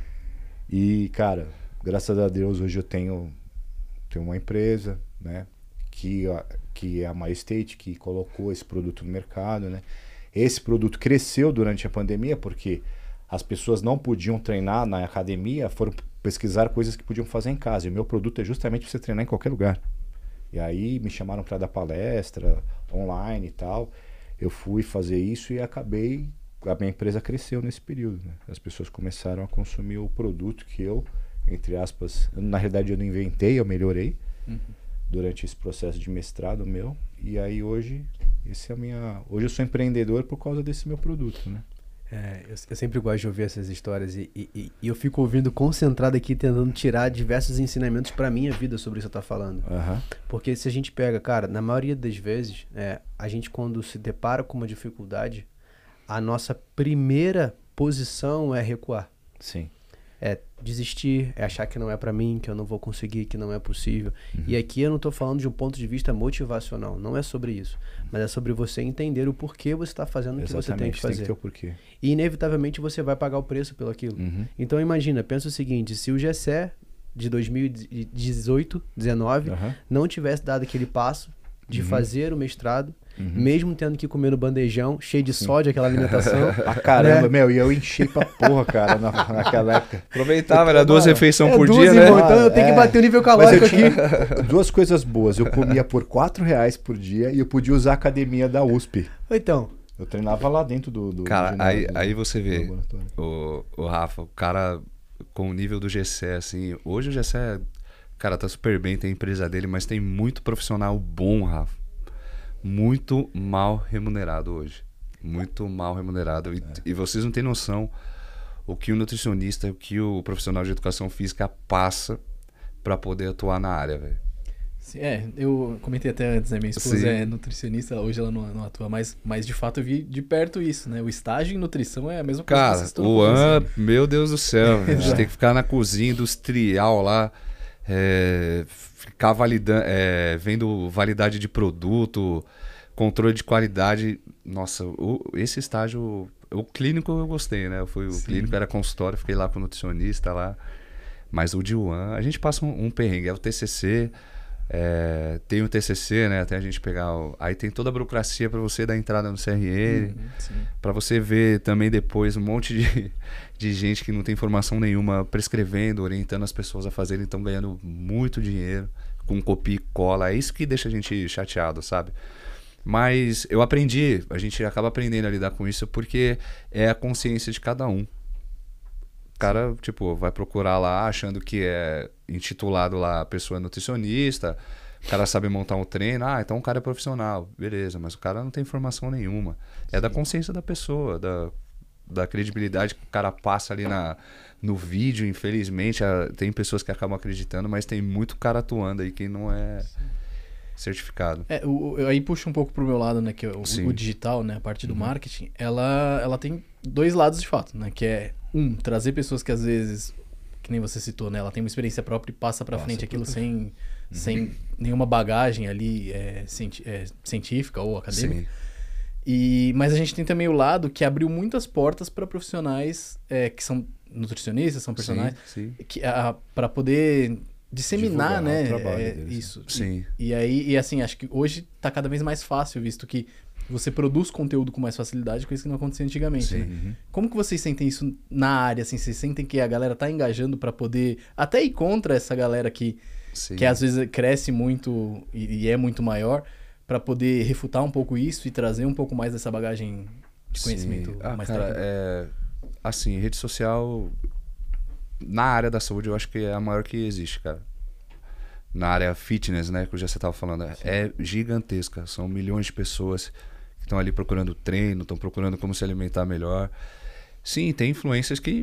E, cara, graças a Deus, hoje eu tenho, tenho uma empresa, né? Que, que é a MyState, que colocou esse produto no mercado, né? Esse produto cresceu durante a pandemia porque as pessoas não podiam treinar na academia, foram pesquisar coisas que podiam fazer em casa. E o meu produto é justamente para você treinar em qualquer lugar. E aí me chamaram para dar palestra online e tal. Eu fui fazer isso e acabei... A minha empresa cresceu nesse período, né? As pessoas começaram a consumir o produto que eu, entre aspas... Na realidade eu não inventei, eu melhorei. Uhum. Durante esse processo de mestrado meu. E aí hoje, esse é a minha... Hoje eu sou empreendedor por causa desse meu produto, né? É, eu, eu sempre gosto de ouvir essas histórias e, e, e eu fico ouvindo concentrado aqui, tentando tirar diversos ensinamentos pra minha vida sobre isso que você tá falando. Uhum. Porque se a gente pega, cara, na maioria das vezes, é, a gente quando se depara com uma dificuldade, a nossa primeira posição é recuar. Sim. É desistir, é achar que não é pra mim, que eu não vou conseguir, que não é possível. Uhum. E aqui eu não tô falando de um ponto de vista motivacional, não é sobre isso. Mas é sobre você entender o porquê você tá fazendo o que você tem que fazer. Tem que ter o porquê. E inevitavelmente você vai pagar o preço pelo aquilo. Uhum. Então imagina, pensa o seguinte, se o Gessé de dois mil e dezoito, dezenove, Uhum. não tivesse dado aquele passo de Uhum. fazer o mestrado, Uhum. mesmo tendo que comer no bandejão, cheio de Sim. sódio, aquela alimentação. Ah, caramba, né? meu, e eu enchi pra porra, cara, na, naquela época. Aproveitava, era duas Mano, refeições É por duas, dia, né? irmão, então eu tenho É. que bater o nível Mas calórico eu aqui. tinha duas coisas boas. Eu comia por quatro reais por dia e eu podia usar a academia da U S P. Então, Eu treinava lá dentro do... do Cara, do aí, do- aí você do vê, laboratório. o, o Rafa, o cara com o nível do Gessé, assim, hoje o Gessé, cara, tá super bem, tem a empresa dele, mas tem muito profissional bom, Rafa. Muito mal remunerado hoje. Muito mal remunerado. E, É. e vocês não têm noção o que o nutricionista, o que o profissional de educação física passa pra poder atuar na área, velho. Sim, é, eu comentei até antes, né? Minha esposa Sim. é nutricionista, hoje ela não, não atua mais, mas de fato eu vi de perto isso, né? O estágio em nutrição é a mesma coisa que Cara, vocês estão o fazendo. An, meu Deus do céu, a gente Exato. tem que ficar na cozinha industrial lá, é, ficar validando, é, vendo validade de produto, controle de qualidade. Nossa, o- esse estágio, o clínico eu gostei, né? Eu fui, o Sim. clínico era consultório, fiquei lá com o nutricionista lá. Mas o de One, a gente passa um, um perrengue, é o T C C, é, tem o T C C, né? Até a gente pegar. O, aí tem toda a burocracia para você dar entrada no C R N. Uhum, sim. Para você ver também depois um monte de, de gente que não tem informação nenhuma prescrevendo, orientando as pessoas a fazerem, estão ganhando muito dinheiro com copia e cola. É isso que deixa a gente chateado, sabe? Mas eu aprendi, a gente acaba aprendendo a lidar com isso porque é a consciência de cada um. O cara, tipo, vai procurar lá achando que é intitulado lá a pessoa é nutricionista, o cara sabe montar um treino, ah, então o cara é profissional, beleza, mas o cara não tem informação nenhuma. É da consciência da pessoa, da, da credibilidade que o cara passa ali na, no vídeo, infelizmente. A, tem pessoas que acabam acreditando, mas tem muito cara atuando aí que não é certificado. É, o, o- aí puxa um pouco pro meu lado, né, que é o, Sim. o digital, né, a parte do marketing, ela, ela tem dois lados de fato, né, que é, um, trazer pessoas que às vezes, que nem você citou, né, ela tem uma experiência própria e passa pra Passa frente aquilo pra- sem, sem nenhuma bagagem ali é, cienti- é, científica ou acadêmica. Sim. E, mas a gente tem também o lado que abriu muitas portas para profissionais é, que são nutricionistas, são personagens, Sim, sim. que para poder disseminar, Divulgar né? o trabalho é, deles, né? isso. Sim. E, e aí, e assim, acho que hoje tá cada vez mais fácil, visto que você produz conteúdo com mais facilidade, coisa que não acontecia antigamente. Sim. Né? Uhum. Como que vocês sentem isso na área? Assim, vocês sentem que a galera tá engajando para poder até ir contra essa galera que, Sim. que às vezes cresce muito e, e é muito maior, para poder refutar um pouco isso e trazer um pouco mais dessa bagagem de conhecimento Sim. Ah, mais cara, técnico? é, assim, rede social na área da saúde eu acho que é a maior que existe, cara. Na área fitness, né, que já você estava falando, é gigantesca. São milhões de pessoas que estão ali procurando treino, estão procurando como se alimentar melhor. Sim, tem influências que,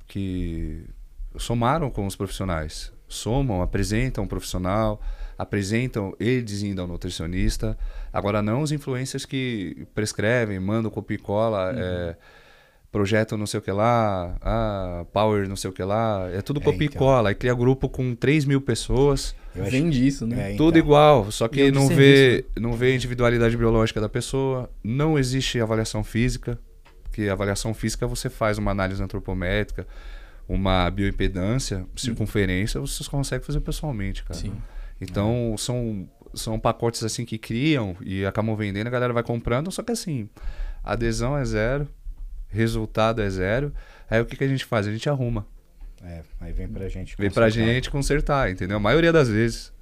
que somaram com os profissionais. Somam, apresentam um profissional, apresentam eles indo ao nutricionista. Agora não os influencers que prescrevem, mandam copia e cola, Uhum. é, projeto não sei o que lá, ah, power não sei o que lá. É tudo É, copia e então. cola. Aí cria grupo com três mil pessoas. Eu acho- Vem disso, né? É, Tudo então. igual, só que E é um não desserviço, vê, não vê a individualidade biológica da pessoa, não existe avaliação física, que a avaliação física você faz uma análise antropométrica, uma bioimpedância, circunferência, você consegue fazer pessoalmente, cara. Sim. Então, são, são pacotes assim que criam e acabam vendendo, a galera vai comprando, só que assim, a adesão é zero, resultado é zero, aí o que, que a gente faz? A gente arruma. É, aí vem pra gente Vem pra consertar. gente consertar, entendeu? A maioria das vezes.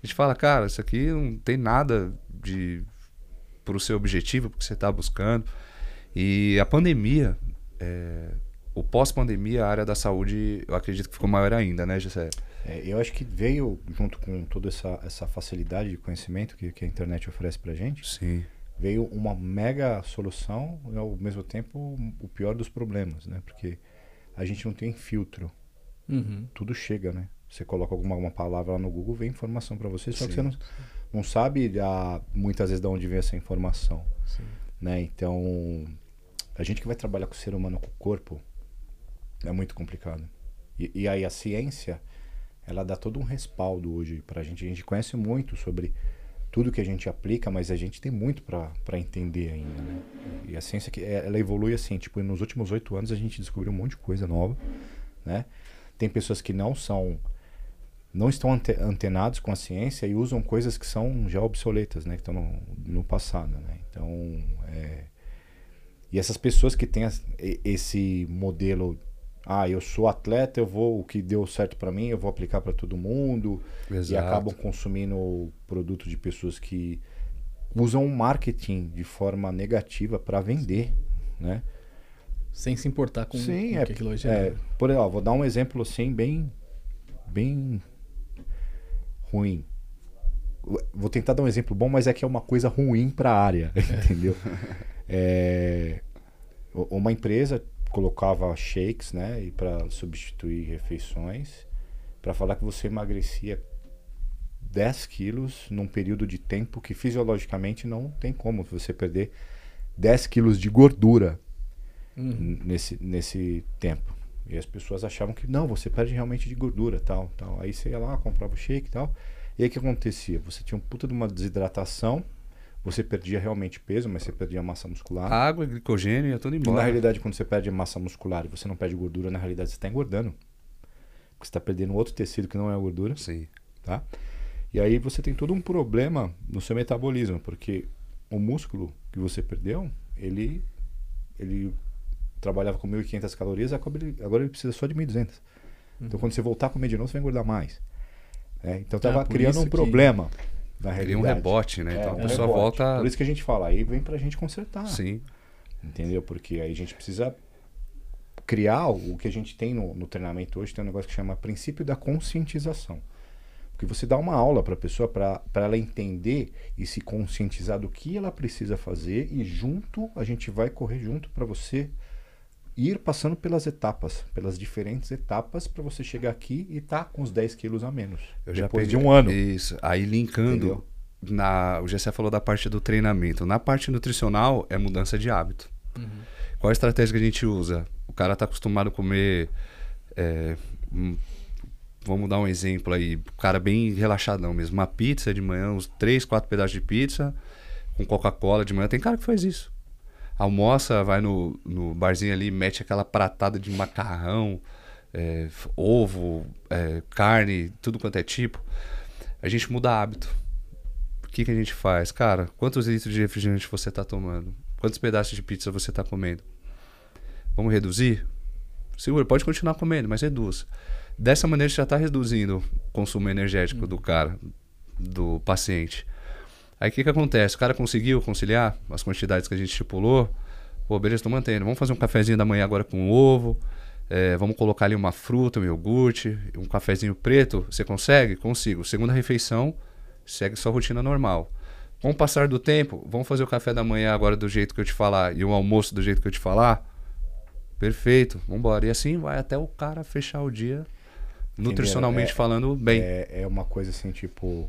A gente fala, cara, isso aqui não tem nada de pro seu objetivo, porque você está buscando. E a pandemia, é, o pós-pandemia, a área da saúde, eu acredito que ficou maior ainda, né, Gessé? É, eu acho que veio, junto com toda essa, essa facilidade de conhecimento que, que a internet oferece pra gente, Sim. veio uma mega solução e, ao mesmo tempo, o pior dos problemas, né? Porque a gente não tem filtro. Uhum. Tudo chega, né? Você coloca alguma, alguma palavra lá no Google, vem informação para você, só Sim. que você não, não sabe a, muitas vezes de onde vem essa informação. Sim. Né? Então, a gente que vai trabalhar com o ser humano, com o corpo, é muito complicado. E, e aí a ciência, ela dá todo um respaldo hoje pra gente. A gente conhece muito sobre tudo que a gente aplica, mas a gente tem muito para entender ainda, né? E a ciência, que ela evolui assim, tipo, nos últimos oito anos a gente descobriu um monte de coisa nova, né? Tem pessoas que não são, não estão ante, antenados com a ciência e usam coisas que são já obsoletas, né? Que estão no, no passado, né? Então, é... E essas pessoas que têm as, esse modelo, ah, eu sou atleta, eu vou, o que deu certo para mim, eu vou aplicar para todo mundo. Exato. E acabam consumindo produto de pessoas que usam o marketing de forma negativa para vender, né? Sem se importar com, Sim, com é, o que aquilo hoje é, é. por exemplo, vou dar um exemplo assim bem, bem ruim. Vou tentar dar um exemplo bom, mas é que é uma coisa ruim para a área, entendeu? É, uma empresa colocava shakes, né, para substituir refeições, para falar que você emagrecia dez quilos num período de tempo que fisiologicamente não tem como você perder dez quilos de gordura. Uhum. nesse, nesse tempo. E as pessoas achavam que não, você perde realmente de gordura, tal, tal. Aí você ia lá, comprava o shake e tal. E aí o que acontecia? Você tinha um puta de uma desidratação, você perdia realmente peso, mas você perdia massa muscular. Água, glicogênio, ia tudo E embora. na realidade, quando você perde massa muscular e você não perde gordura, na realidade você está engordando. Porque você está perdendo outro tecido que não é a gordura. Sim. Tá? E aí você tem todo um problema no seu metabolismo, porque o músculo que você perdeu, ele... ele trabalhava com mil e quinhentas calorias, agora ele, agora ele precisa só de mil e duzentas. Uhum. Então, quando você voltar a comer de novo, você vai engordar mais. É, então, estava ah, criando um que... problema, na realidade. Cria um rebote, né? É, Então, um a pessoa rebote. volta... Por isso que a gente fala, aí vem pra gente consertar. Sim. Entendeu? Porque aí a gente precisa criar o que a gente tem no, no treinamento hoje, tem um negócio que chama princípio da conscientização. Porque você dá uma aula para a pessoa, para ela entender e se conscientizar do que ela precisa fazer, e junto, a gente vai correr junto para você ir passando pelas etapas, pelas diferentes etapas, para você chegar aqui e estar tá com os dez quilos a menos. Eu depois já peguei, de um ano. Isso. Aí linkando, na, o Gessé falou da parte do treinamento. Na parte nutricional é mudança de hábito. Uhum. Qual a estratégia que a gente usa? O cara está acostumado a comer... É, um, vamos dar um exemplo aí. O cara bem relaxadão mesmo. Uma pizza de manhã, uns três, quatro pedaços de pizza com Coca-Cola de manhã. Tem cara que faz isso. Almoça, vai no, no barzinho ali, mete aquela pratada de macarrão, é, ovo, é, carne, tudo quanto é tipo. A gente muda hábito. O que, que a gente faz? Cara, quantos litros de refrigerante você está tomando? Quantos pedaços de pizza você está comendo? Vamos reduzir? Segura, pode continuar comendo, mas reduz. Dessa maneira você já está reduzindo o consumo energético hum. do cara, do paciente. Aí o que, que acontece? O cara conseguiu conciliar as quantidades que a gente estipulou. Pô, beleza, estou mantendo. Vamos fazer um cafezinho da manhã agora com ovo. É, vamos colocar ali uma fruta, um iogurte, um cafezinho preto. Você consegue? Consigo. Segunda refeição, segue sua rotina normal. Com o passar do tempo, vamos fazer o café da manhã agora do jeito que eu te falar e o almoço do jeito que eu te falar? Perfeito, vamos embora. E assim vai até o cara fechar o dia, nutricionalmente é, falando, bem. É, é uma coisa assim, tipo...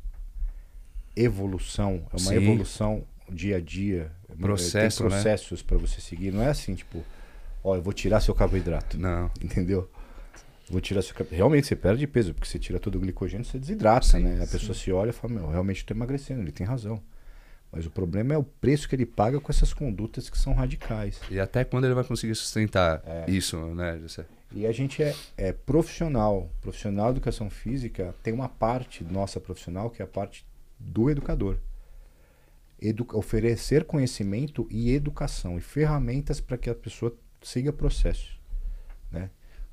evolução, é uma Sim. evolução dia a dia. Processo, tem processos, né? Para você seguir. Não é assim, tipo, ó, eu vou tirar seu carboidrato. Não. Entendeu? Vou tirar seu carboidrato. Realmente, você perde peso, porque você tira todo o glicogênio, você desidrata, sim, né? A sim. pessoa se olha e fala, meu, realmente estou emagrecendo, ele tem razão. Mas o problema é o preço que ele paga com essas condutas que são radicais. E até quando ele vai conseguir sustentar é. isso, né, José? E a gente é, é profissional. Profissional de educação física tem uma parte nossa profissional que é a parte do educador. Edu- oferecer conhecimento e educação e ferramentas para que a pessoa siga processo, né?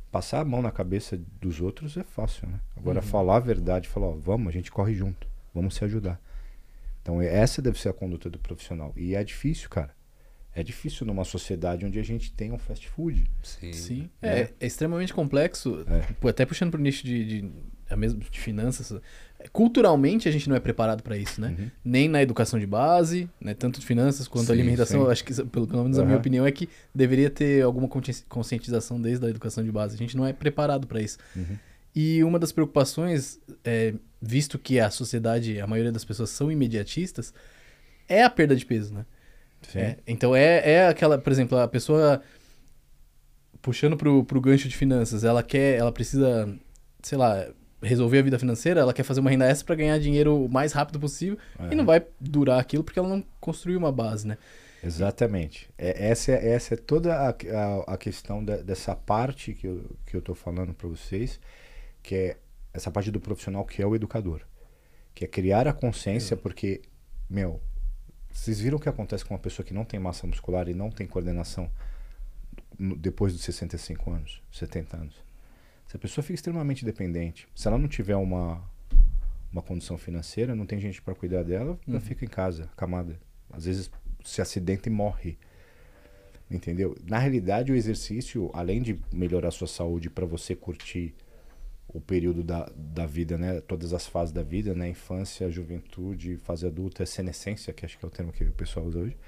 Passar a mão na cabeça dos outros é fácil, né? Agora, Uhum. falar a verdade, falar, ó, vamos, a gente corre junto, vamos se ajudar. Então, essa deve ser a conduta do profissional. E é difícil, cara. É difícil numa sociedade onde a gente tem um fast food. Sim. Sim, É. é, é extremamente complexo, É. pô, até puxando pro nicho de, de, a mesmo de finanças. Culturalmente a gente não é preparado para isso, né? Uhum. Nem na educação de base, né? Tanto de finanças quanto Sim, alimentação. sim. Eu acho que, pelo, pelo menos a minha Aham. opinião, é que deveria ter alguma consci- conscientização desde a educação de base. A gente não é preparado para isso. Uhum. E uma das preocupações, é, visto que a sociedade, a maioria das pessoas são imediatistas, é a perda de peso, né? Sim. É, então é, é aquela, por exemplo, a pessoa puxando pro, pro gancho de finanças, ela quer, ela precisa, sei lá, resolver a vida financeira, ela quer fazer uma renda extra para ganhar dinheiro o mais rápido possível É. e não vai durar aquilo porque ela não construiu uma base, né? Exatamente. É, essa, é, essa é toda a, a, a questão da, dessa parte que eu, que eu tô falando para vocês, que é essa parte do profissional que é o educador. Que é criar a consciência, porque, meu, vocês viram o que acontece com uma pessoa que não tem massa muscular e não tem coordenação no- depois dos sessenta e cinco anos, setenta anos? Essa pessoa fica extremamente dependente. Se ela não tiver uma, uma condição financeira, não tem gente para cuidar dela, ela Uhum. fica em casa, acamada. Às vezes se acidenta e morre. Entendeu? Na realidade, o exercício, além de melhorar a sua saúde para você curtir o período da, da vida, né? Todas as fases da vida, né? Infância, juventude, fase adulta, senescência, que acho que é o termo que o pessoal usa hoje.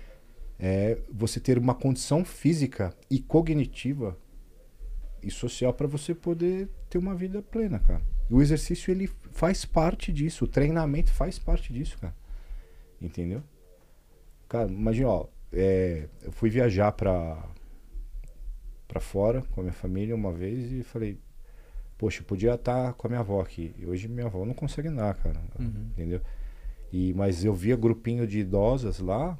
É você ter uma condição física e cognitiva e social para você poder ter uma vida plena, cara. E o exercício, ele faz parte disso. O treinamento faz parte disso, cara. Entendeu? Cara, imagina, ó, é, eu fui viajar pra, pra fora com a minha família uma vez e falei, poxa, eu podia estar com a minha avó aqui. E hoje minha avó não consegue andar, cara. Uhum. Entendeu? E, mas eu via grupinho de idosas lá,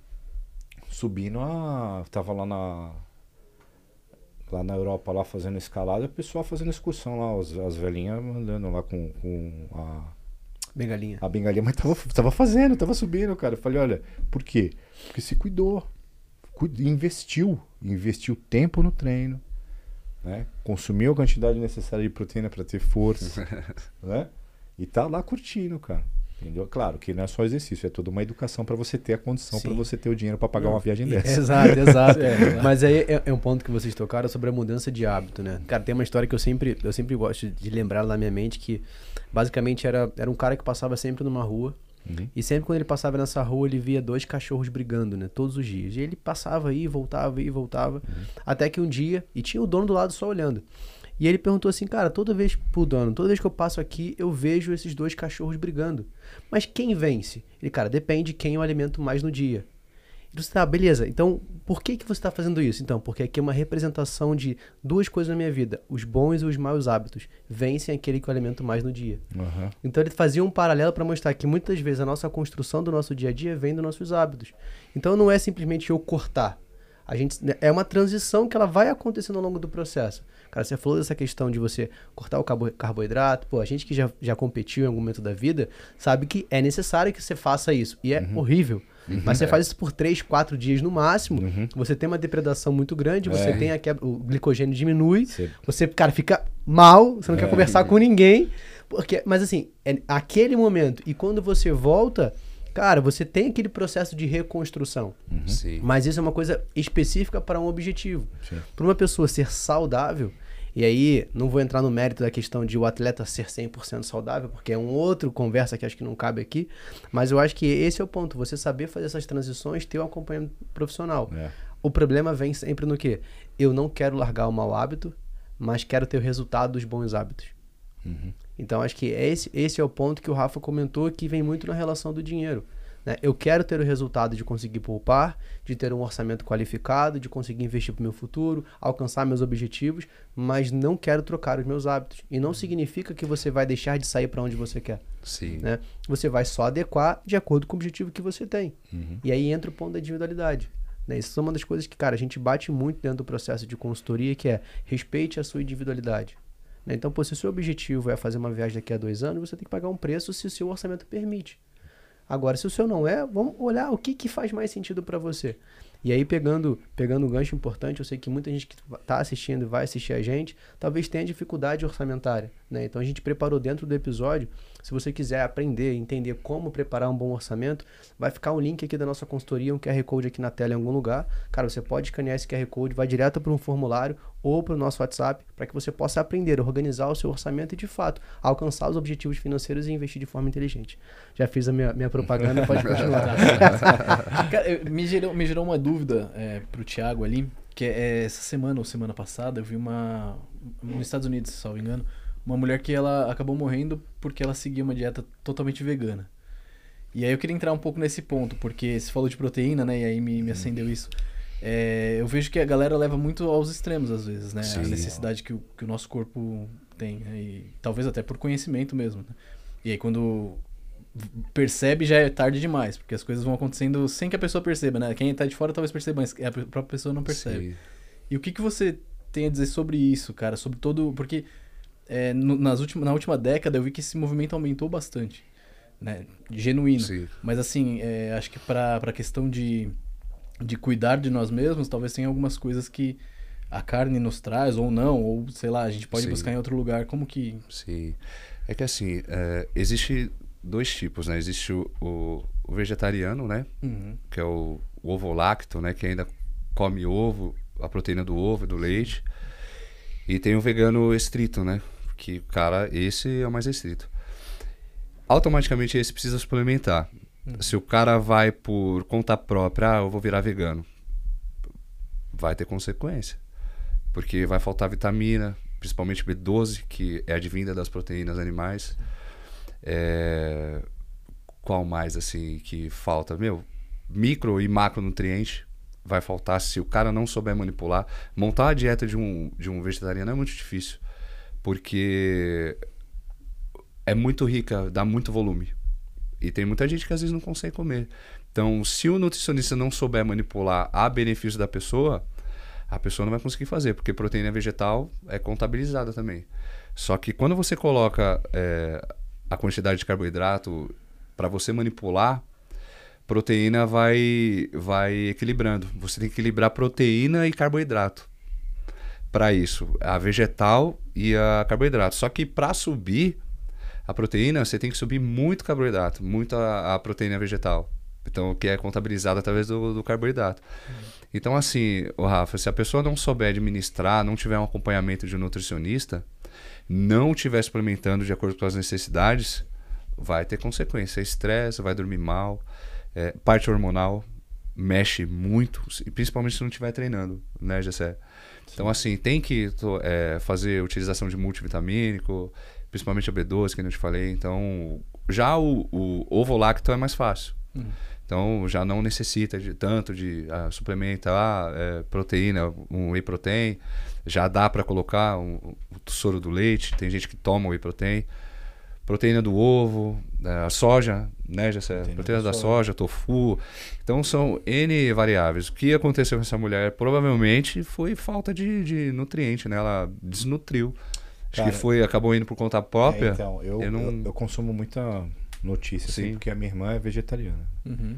subindo a... Tava lá na... Lá na Europa, lá fazendo escalada, o pessoal fazendo excursão lá, as, as velhinhas andando lá com, com a... Bengalinha. A bengalinha, mas tava, tava fazendo, tava subindo, cara. Eu falei, olha, por quê? Porque se cuidou, cuid- investiu, investiu tempo no treino, né? Consumiu a quantidade necessária de proteína para ter força, né? E tá lá curtindo, cara. Entendeu? Claro que não é só exercício, é toda uma educação para você ter a condição, para Sim. você ter o dinheiro para pagar Não, uma viagem e- dessa. Exato, exato. É, exato. Mas aí é, é um ponto que vocês tocaram sobre a mudança de hábito, né? Cara, tem uma história que eu sempre, eu sempre gosto de lembrar na minha mente, que basicamente era, era um cara que passava sempre numa rua, Uhum. e sempre quando ele passava nessa rua, ele via dois cachorros brigando, né? Todos os dias. E ele passava aí, voltava e voltava, até que um dia, e tinha o dono do lado só olhando. E ele perguntou assim, cara, toda vez pro dono, toda vez que eu passo aqui, eu vejo esses dois cachorros brigando. Mas quem vence? Ele, cara, depende de quem eu alimento mais no dia. Ele disse, tá, beleza, então por que que você está fazendo isso? Então, porque aqui é uma representação de duas coisas na minha vida, os bons e os maus hábitos. Vencem aquele que eu alimento mais no dia. Uhum. Então ele fazia um paralelo para mostrar que muitas vezes a nossa construção do nosso dia a dia vem dos nossos hábitos. Então não é simplesmente eu cortar. A gente, é uma transição que ela vai acontecendo ao longo do processo. Cara, você falou dessa questão de você cortar o carbo- carboidrato. Pô, a gente que já, já competiu em algum momento da vida sabe que é necessário que você faça isso. E é horrível. Mas você faz isso por três, quatro dias no máximo. Uhum. Você tem uma depredação muito grande, você É. tem a quebra, o glicogênio diminui. Você- Você, cara, fica mal, você não É. quer conversar com ninguém. Porque, mas assim, é aquele momento. E quando você volta, cara, você tem aquele processo de reconstrução. Sim. Mas isso é uma coisa específica para um objetivo. Sim. Para uma pessoa ser saudável, e aí não vou entrar no mérito da questão de o atleta ser cem por cento saudável, porque é um outro conversa que acho que não cabe aqui, mas eu acho que esse é o ponto, você saber fazer essas transições, ter um acompanhamento profissional. É. O problema vem sempre no quê? Eu não quero largar o mau hábito, mas quero ter o resultado dos bons hábitos. Uhum. Então, acho que esse, esse é o ponto que o Rafa comentou, que vem muito na relação do dinheiro. Né? Eu quero ter o resultado de conseguir poupar, de ter um orçamento qualificado, de conseguir investir para o meu futuro, alcançar meus objetivos, mas não quero trocar os meus hábitos. E não significa que você vai deixar de sair para onde você quer. Sim. Né? Você vai só adequar de acordo com o objetivo que você tem. Uhum. E aí entra o ponto da individualidade. Né? Isso é uma das coisas que, cara, a gente bate muito dentro do processo de consultoria, que é respeite a sua individualidade. Né? Então, pô, se o seu objetivo é fazer uma viagem daqui a dois anos, você tem que pagar um preço se o seu orçamento permite. Agora, se o seu não é, vamos olhar o que, que faz mais sentido para você. E aí, pegando, pegando um gancho importante, eu sei que muita gente que está assistindo e vai assistir a gente, talvez tenha dificuldade orçamentária, né? Então, a gente preparou dentro do episódio, se você quiser aprender, entender como preparar um bom orçamento, vai ficar um link aqui da nossa consultoria, um Q R Code aqui na tela em algum lugar. Cara, você pode escanear esse Q R Code, vai direto para um formulário ou para o nosso WhatsApp, para que você possa aprender, organizar o seu orçamento e, de fato, alcançar os objetivos financeiros e investir de forma inteligente. Já fiz a minha, minha propaganda, pode continuar. Cara, me gerou, me gerou uma dúvida é, pro Thiago ali, que é essa semana ou semana passada, eu vi uma, nos Estados Unidos, se não me engano, uma mulher que ela acabou morrendo porque ela seguia uma dieta totalmente vegana. E aí eu queria entrar um pouco nesse ponto, porque você falou de proteína, né, e aí me, me acendeu isso. É, eu vejo que a galera leva muito aos extremos às vezes, né? Sim. A necessidade que o, que o nosso corpo tem, né? E talvez até por conhecimento mesmo, né? E aí quando percebe já é tarde demais, porque as coisas vão acontecendo sem que a pessoa perceba, né? Quem tá de fora talvez perceba, mas a própria pessoa não percebe. Sim. E o que, que você tem a dizer sobre isso, cara? Sobre todo... Porque é, no, nas última, na última década eu vi que esse movimento aumentou bastante, né? Genuíno. Sim. Mas assim, é, acho que pra, pra questão de... de cuidar de nós mesmos, talvez tenha algumas coisas que a carne nos traz, ou não, ou sei lá, a gente pode Sim. buscar em outro lugar. Como que... Sim. É que assim, é, existe dois tipos, né? Existe o, o, o vegetariano, né? Uhum. Que é o, o ovo-lacto, né? Que ainda come ovo, a proteína do ovo e do leite. E tem o vegano estrito, né? Que, cara, esse é o mais estrito. Automaticamente esse precisa suplementar. Uhum. Se o cara vai por conta própria, ah, eu vou virar vegano, vai ter consequência. Porque vai faltar vitamina, principalmente B doze, que é advinda das proteínas animais. É... Qual mais, assim, que falta? Meu, micro e macronutriente vai faltar se o cara não souber manipular. Montar a dieta de um, de um vegetariano é muito difícil, porque é muito rica, dá muito volume. E tem muita gente que às vezes não consegue comer. Então, se o nutricionista não souber manipular a benefício da pessoa, a pessoa não vai conseguir fazer, porque proteína vegetal é contabilizada também. Só que quando você coloca é, a quantidade de carboidrato para você manipular, proteína vai, vai equilibrando. Você tem que equilibrar proteína e carboidrato. Para isso, a vegetal e a carboidrato. Só que para subir a proteína, você tem que subir muito carboidrato, muito a, a proteína vegetal. Então, que é contabilizada através do, do carboidrato. Uhum. Então, assim, o Rafa, se a pessoa não souber administrar, não tiver um acompanhamento de um nutricionista, não estiver suplementando de acordo com as necessidades, vai ter consequência. Estresse, vai dormir mal, é, parte hormonal mexe muito, principalmente se não estiver treinando, né, Gessé? Então, assim, tem que é, fazer utilização de multivitamínico, principalmente a B doze, que eu te falei. Então, já o, o ovo-lacto é mais fácil. Uhum. Então, já não necessita de tanto de uh, suplementar é, proteína, um whey protein. Já dá para colocar um, um soro do leite. Tem gente que toma whey protein. Proteína do ovo, a soja, né? Já proteína, proteína da, da soja, tofu. Então, são N variáveis. O que aconteceu com essa mulher? Provavelmente foi falta de, de nutriente, né? Ela desnutriu. Acho Cara, que foi, acabou indo por conta própria. É, então, eu, eu, não... eu, eu consumo muita notícia, assim, porque a minha irmã é vegetariana. Uhum.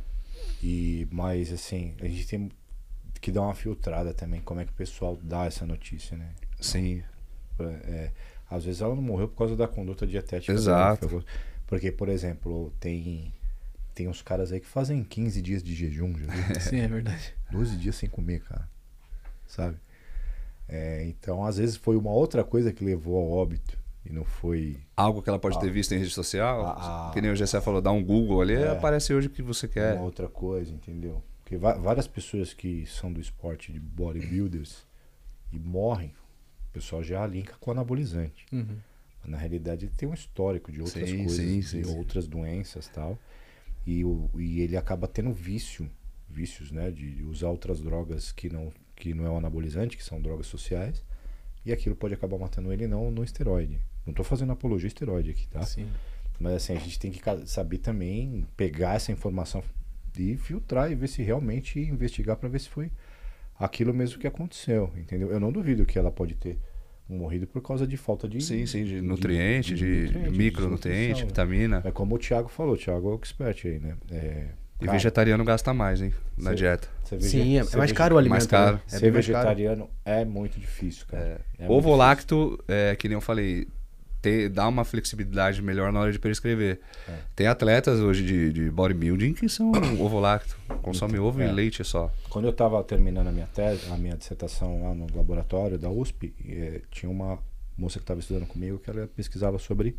E, mas, assim, a gente tem que dar uma filtrada também, como é que o pessoal dá essa notícia, né? Sim. É, às vezes ela não morreu por causa da conduta dietética. Exato. Dela, porque, por exemplo, tem, tem uns caras aí que fazem quinze dias de jejum, já viu? Sim, é verdade. doze dias sem comer, cara. Sabe? É, então, às vezes foi uma outra coisa que levou ao óbito e não foi... Algo que ela pode ah, ter visto em rede social, ah, que nem o Gessé falou, dá um Google ali, é, aparece hoje o que você quer. Uma outra coisa, entendeu? Porque várias pessoas que são do esporte de bodybuilders e morrem, o pessoal já linka com anabolizante. Uhum. Mas, na realidade, ele tem um histórico de outras sim, coisas, sim, de sim, outras sim. doenças e tal. E, o, e ele acaba tendo vício, vícios, né? De usar outras drogas que não, que não é um anabolizante, que são drogas sociais. E aquilo pode acabar matando ele não no esteroide. Não estou fazendo apologia ao esteroide aqui, tá? Sim. Mas assim, a gente tem que saber também pegar essa informação e filtrar e ver se realmente investigar para ver se foi aquilo mesmo que aconteceu, entendeu? Eu não duvido que ela pode ter morrido por causa de falta de... Sim, sim, de nutriente, de, de, de, de micronutriente, de vitamina. É como o Thiago falou, o Thiago é o expert aí, né? É, E Cara, vegetariano gasta mais, hein? Na Cê- dieta. Ser Sim, é, ser é mais vege- caro o alimento. mais caro. Né? É Ser bem mais caro. vegetariano é muito difícil, cara. É muito Ovo lacto, é, que nem eu falei, ter, dá uma flexibilidade melhor na hora de prescrever. É. Tem atletas hoje de, de bodybuilding que são ovo lacto. Consome ovo é. e leite só. Quando eu estava terminando a minha tese, a minha dissertação lá no laboratório da U S P, eh, tinha uma moça que estava estudando comigo que ela pesquisava sobre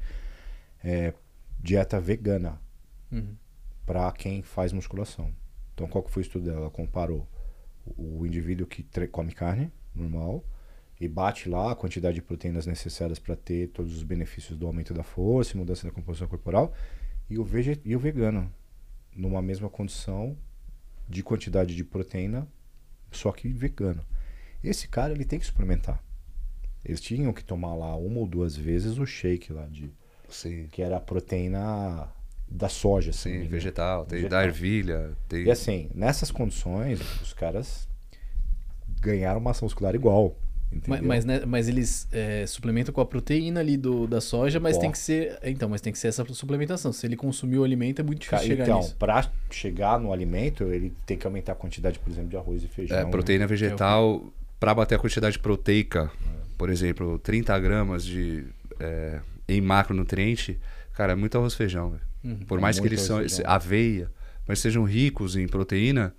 eh, dieta vegana Uhum. para quem faz musculação. Então, qual que foi o estudo dela? Ela comparou o, o indivíduo que tre- come carne normal e bate lá a quantidade de proteínas necessárias para ter todos os benefícios do aumento da força e mudança da composição corporal e o, vege- e o vegano numa mesma condição de quantidade de proteína, só que vegano. Esse cara, ele tem que suplementar. Eles tinham que tomar lá uma ou duas vezes o shake lá, de, Sim. que era a proteína da soja. se não me Sim, engano. vegetal, tem Vegetal. da ervilha, tem... E assim, nessas condições, os caras ganharam massa muscular igual. Mas, Entendeu? mas, né, mas eles é, suplementam com a proteína ali do, da soja, mas Ó. tem que ser. Então, mas tem que ser essa suplementação. Se ele consumir o alimento, é muito difícil Ca- chegar então, nisso. para chegar no alimento, ele tem que aumentar a quantidade, por exemplo, de arroz e feijão. É, proteína vegetal, para bater a quantidade proteica, por exemplo, trinta gramas de, é, em macronutriente, cara, é muito arroz e feijão. velho. Uhum. Por É mais que muito eles são arroz e feijão. aveia, mas sejam ricos em proteína,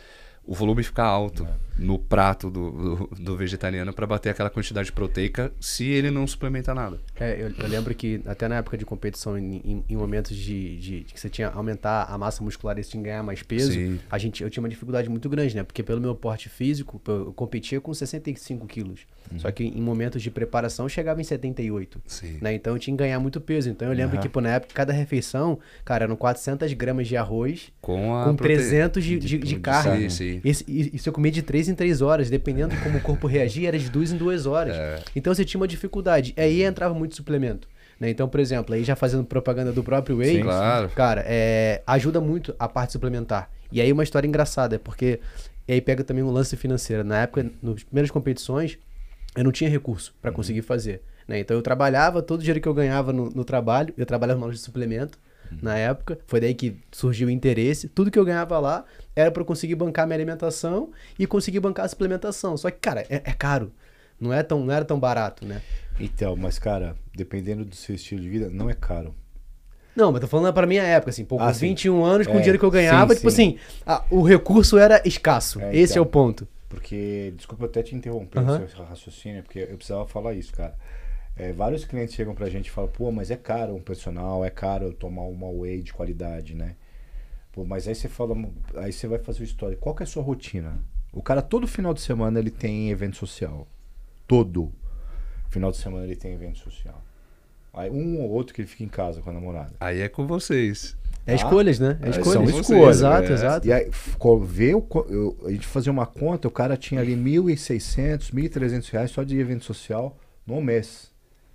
o volume fica alto no prato do, do, do vegetariano para bater aquela quantidade proteica se ele não suplementar nada. É, eu, eu lembro que até na época de competição, em, em- em momentos de, de- de que você tinha que aumentar a massa muscular e você tinha que ganhar mais peso, Sim. a gente, eu tinha uma dificuldade muito grande, né? Porque pelo meu porte físico, eu competia com sessenta e cinco quilos. Só que em momentos de preparação eu chegava em setenta e oito. Sim. Né? Então eu tinha que ganhar muito peso. Então eu lembro Aham. que, pô, na época, cada refeição, cara, eram quatrocentas gramas de arroz Com a com proteína. trezentos de, de, de carne. Sim, sim. Esse- e- Isso eu comia de três em três horas, dependendo de como o corpo reagia, era de duas em duas horas. É. Então você tinha uma dificuldade. Aí entrava muito suplemento. Né? Então, por exemplo, aí já fazendo propaganda do próprio Whey, Sim, claro. cara, é, ajuda muito a parte suplementar. E aí uma história engraçada, porque e aí pega também um lance financeiro. Na época, nas primeiras competições, eu não tinha recurso para conseguir fazer. Né? Então eu trabalhava, todo o dinheiro que eu ganhava no, no trabalho, eu trabalhava numa loja de suplemento. Na época, foi daí que surgiu o interesse. Tudo que eu ganhava lá era para conseguir bancar minha alimentação e conseguir bancar a suplementação. Só que, cara, é, é caro. Não, é tão, não era tão barato, né? Então, mas cara, dependendo do seu estilo de vida, não é caro. Não, mas tô falando pra minha época, assim, pô, com Ah, sim. vinte e um anos, com o É, dinheiro que eu ganhava, sim, tipo sim. assim, ah, o recurso era escasso. É, Esse então. é o ponto. Porque, desculpa até te interromper Aham. o seu raciocínio, porque eu precisava falar isso, cara. É, vários clientes chegam pra gente e falam, pô, mas é caro um personal, é caro eu tomar uma whey de qualidade, né? Pô, mas aí você fala, aí você vai fazer o story. Qual que é a sua rotina? O cara, todo final de semana, ele tem evento social. Todo final de semana ele tem evento social. Aí um ou outro que ele fica em casa com a namorada. Aí é com vocês. É Tá? escolhas, né? É É, escolhas. são escolhas, Exato, é. exato. E aí, f- co- vê o, co- eu- a gente fazia uma conta, o cara tinha ali mil e seiscentos, mil e trezentos reais só de evento social no mês.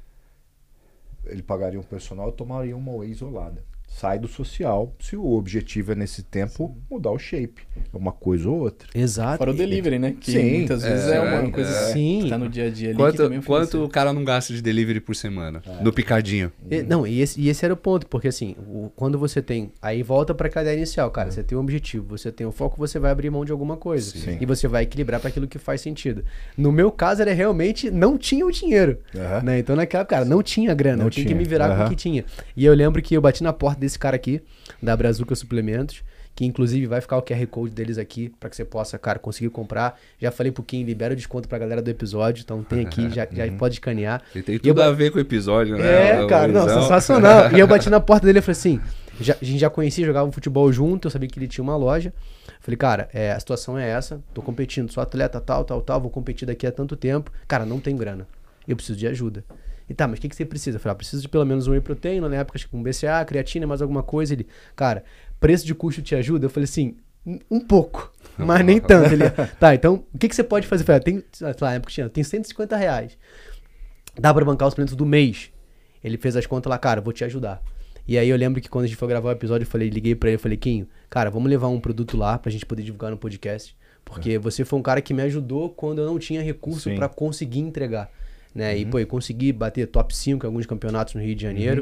Ele pagaria um personal e tomaria uma whey isolada. Sai do social, se o objetivo é nesse tempo mudar o shape. É uma coisa ou outra. Exato. Fora o delivery, né? Que Sim, muitas vezes é, é, uma coisa é. Sim. que tá no dia a dia ali. que Quanto, também quanto influencia. o cara não gasta de delivery por semana? É. No picadinho. E- não, e esse, e esse era o ponto, porque assim, o- quando você tem. Aí volta pra cadeia inicial, cara. Você tem um objetivo, você tem um foco, você vai abrir mão de alguma coisa. Sim. E você vai equilibrar para aquilo que faz sentido. No meu caso, era realmente não tinha o dinheiro. Aham. Né? Então naquela, cara, não tinha grana, Não eu tinha que tinha. me virar com Aham. o que tinha. E eu lembro que eu bati na porta desse cara aqui, da Brazuca Suplementos, que inclusive vai ficar o Q R Code deles aqui, para que você possa, cara, conseguir comprar. Já falei pro Kim, libera o desconto pra galera do episódio, então tem aqui, já, já pode escanear. E tem E tudo eu- a ver com o episódio, né? É, O- cara, o não, Luizão. sensacional. E eu bati na porta dele e falei assim, já, a gente já conhecia, jogava futebol junto, eu sabia que ele tinha uma loja. Falei, cara, é, a situação é essa, tô competindo, sou atleta tal, tal, tal, vou competir daqui a tanto tempo. Cara, não tenho grana, eu preciso de ajuda. E tá, mas o que, que você precisa? Eu falei, ah, preciso de pelo menos um whey protein, na época acho que um B C A, creatina, mais alguma coisa. Ele, cara, preço de custo te ajuda? Eu falei assim, "Um- um pouco, mas nem tanto. Ele, tá, então, o que, que você pode fazer? Eu falei, ah, tem, sei lá, na época tinha, tem cento e cinquenta reais. Dá pra bancar os suplementos do mês. Ele fez as contas lá, cara, vou te ajudar. E aí eu lembro que quando a gente foi gravar o episódio, eu falei, liguei pra ele, falei, Quinho, cara, vamos levar um produto lá pra gente poder divulgar no podcast. Porque você foi um cara que me ajudou quando eu não tinha recurso Sim. pra conseguir entregar. Né? E, pô, eu consegui bater top cinco em alguns campeonatos no Rio de Janeiro.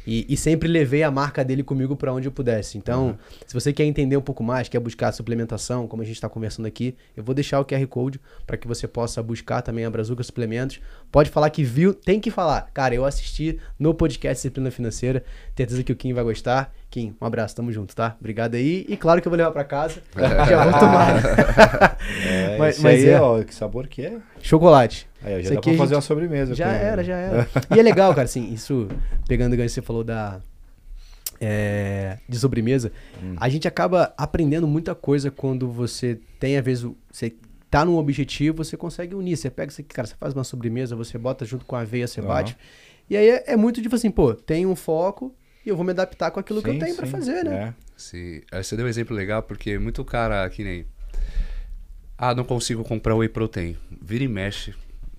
E, e sempre levei a marca dele comigo para onde eu pudesse. Então, uhum. se você quer entender um pouco mais, quer buscar suplementação, como a gente está conversando aqui, eu vou deixar o Q R Code para que você possa buscar também a Brazuca Suplementos. Pode falar que viu, tem que falar. Cara, eu assisti no podcast Disciplina Financeira. Tenho certeza que o Kim vai gostar. Kim, um abraço, tamo junto, tá? Obrigado aí. E claro que eu vou levar para casa. Já vou tomar. É, mas esse mas aí, é. ó, que sabor que é? Chocolate. Aí, já Isso dá aqui pra a fazer gente- uma sobremesa. Já com- era, já era. E é legal, cara, assim, isso, pegando o gancho que você falou da, é, de sobremesa, Hum. a gente acaba aprendendo muita coisa quando você tem, às vezes, o- você tá num objetivo, você consegue unir. Você pega isso aqui, cara, você faz uma sobremesa, você bota junto com a aveia, você Aham. bate. E aí é, é muito tipo assim, pô, tem um foco e eu vou me adaptar com aquilo que eu Sim, tenho pra sim, fazer, né? é. Sim. Aí você deu um exemplo legal, porque muito cara que nem... Ah, não consigo comprar whey protein. Vira e mexe.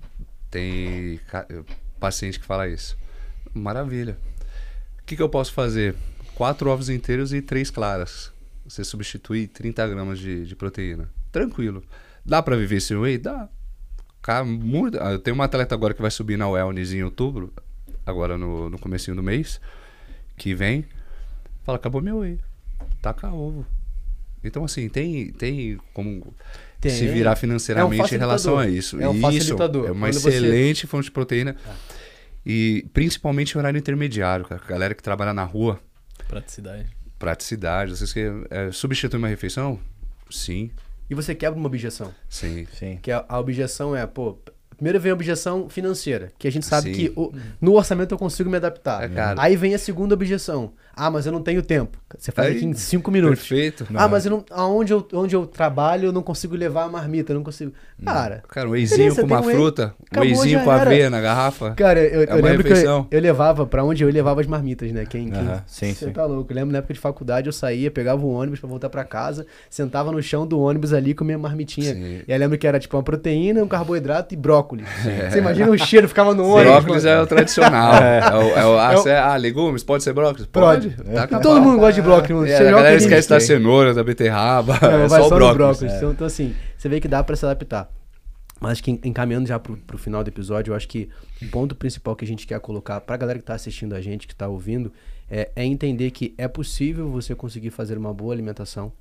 Tem ca- paciente que fala isso. Maravilha. O que, que eu posso fazer? Quatro ovos inteiros e três claras. Você substitui trinta gramas de, de proteína. Tranquilo. Dá pra viver sem whey? Dá. Cara, muito... ah, eu tenho uma atleta agora que vai subir na Wellness em outubro, agora no, no comecinho do mês, que vem, fala, acabou meu whey. Taca ovo. Então, assim, tem, tem como Tem. se virar É um financeiramente em relação a facilitador. isso. É um Isso facilitador. é uma Quando você- excelente fonte de proteína. E principalmente em horário intermediário, cara. A galera que trabalha na rua, Praticidade. praticidade. Vocês que é, substitui uma refeição? Sim, E você quebra uma objeção. sim. Sim. Que a, a objeção é, pô, primeiro vem a objeção financeira, que a gente sabe Sim. que o- no orçamento eu consigo me adaptar. É, cara. Aí vem a segunda objeção. Ah, mas eu não tenho tempo. Você faz Aí, aqui em cinco minutos. Perfeito. Ah, mas eu não, aonde, eu, onde eu trabalho eu não consigo levar a marmita, eu não consigo. Cara, Cara, um wheyzinho Beleza, com tem uma um whey. fruta, um Acabou, wheyzinho já com era. aveia na garrafa. cara, eu, eu uma lembro que eu, refeição. eu levava, pra onde eu ia, eu levava as marmitas, né? Quem, quem, Aham, sim, você sim. tá louco. Eu lembro na época de faculdade eu saía, pegava o ônibus pra voltar pra casa, sentava no chão do ônibus ali com minha marmitinha. Sim. E aí eu lembro que era tipo uma proteína, um carboidrato e brócolis. Você imagina o cheiro, ficava no ônibus. Brócolis é o tradicional. é. o, é o- ah, É o- cê- ah, legumes, pode ser brócolis? Pode. Pode. Taca Todo pau. mundo gosta de brócolis. É, Você a joga galera ali, esquece da tem. cenoura, da beterraba. Não, é vai só o só no brócolis. brócolis. Então, então, assim, você vê que dá pra se adaptar. Mas acho que encaminhando já pro, pro final do episódio, eu acho que o ponto principal que a gente quer colocar pra galera que tá assistindo a gente, que tá ouvindo, é, é entender que é possível você conseguir fazer uma boa alimentação,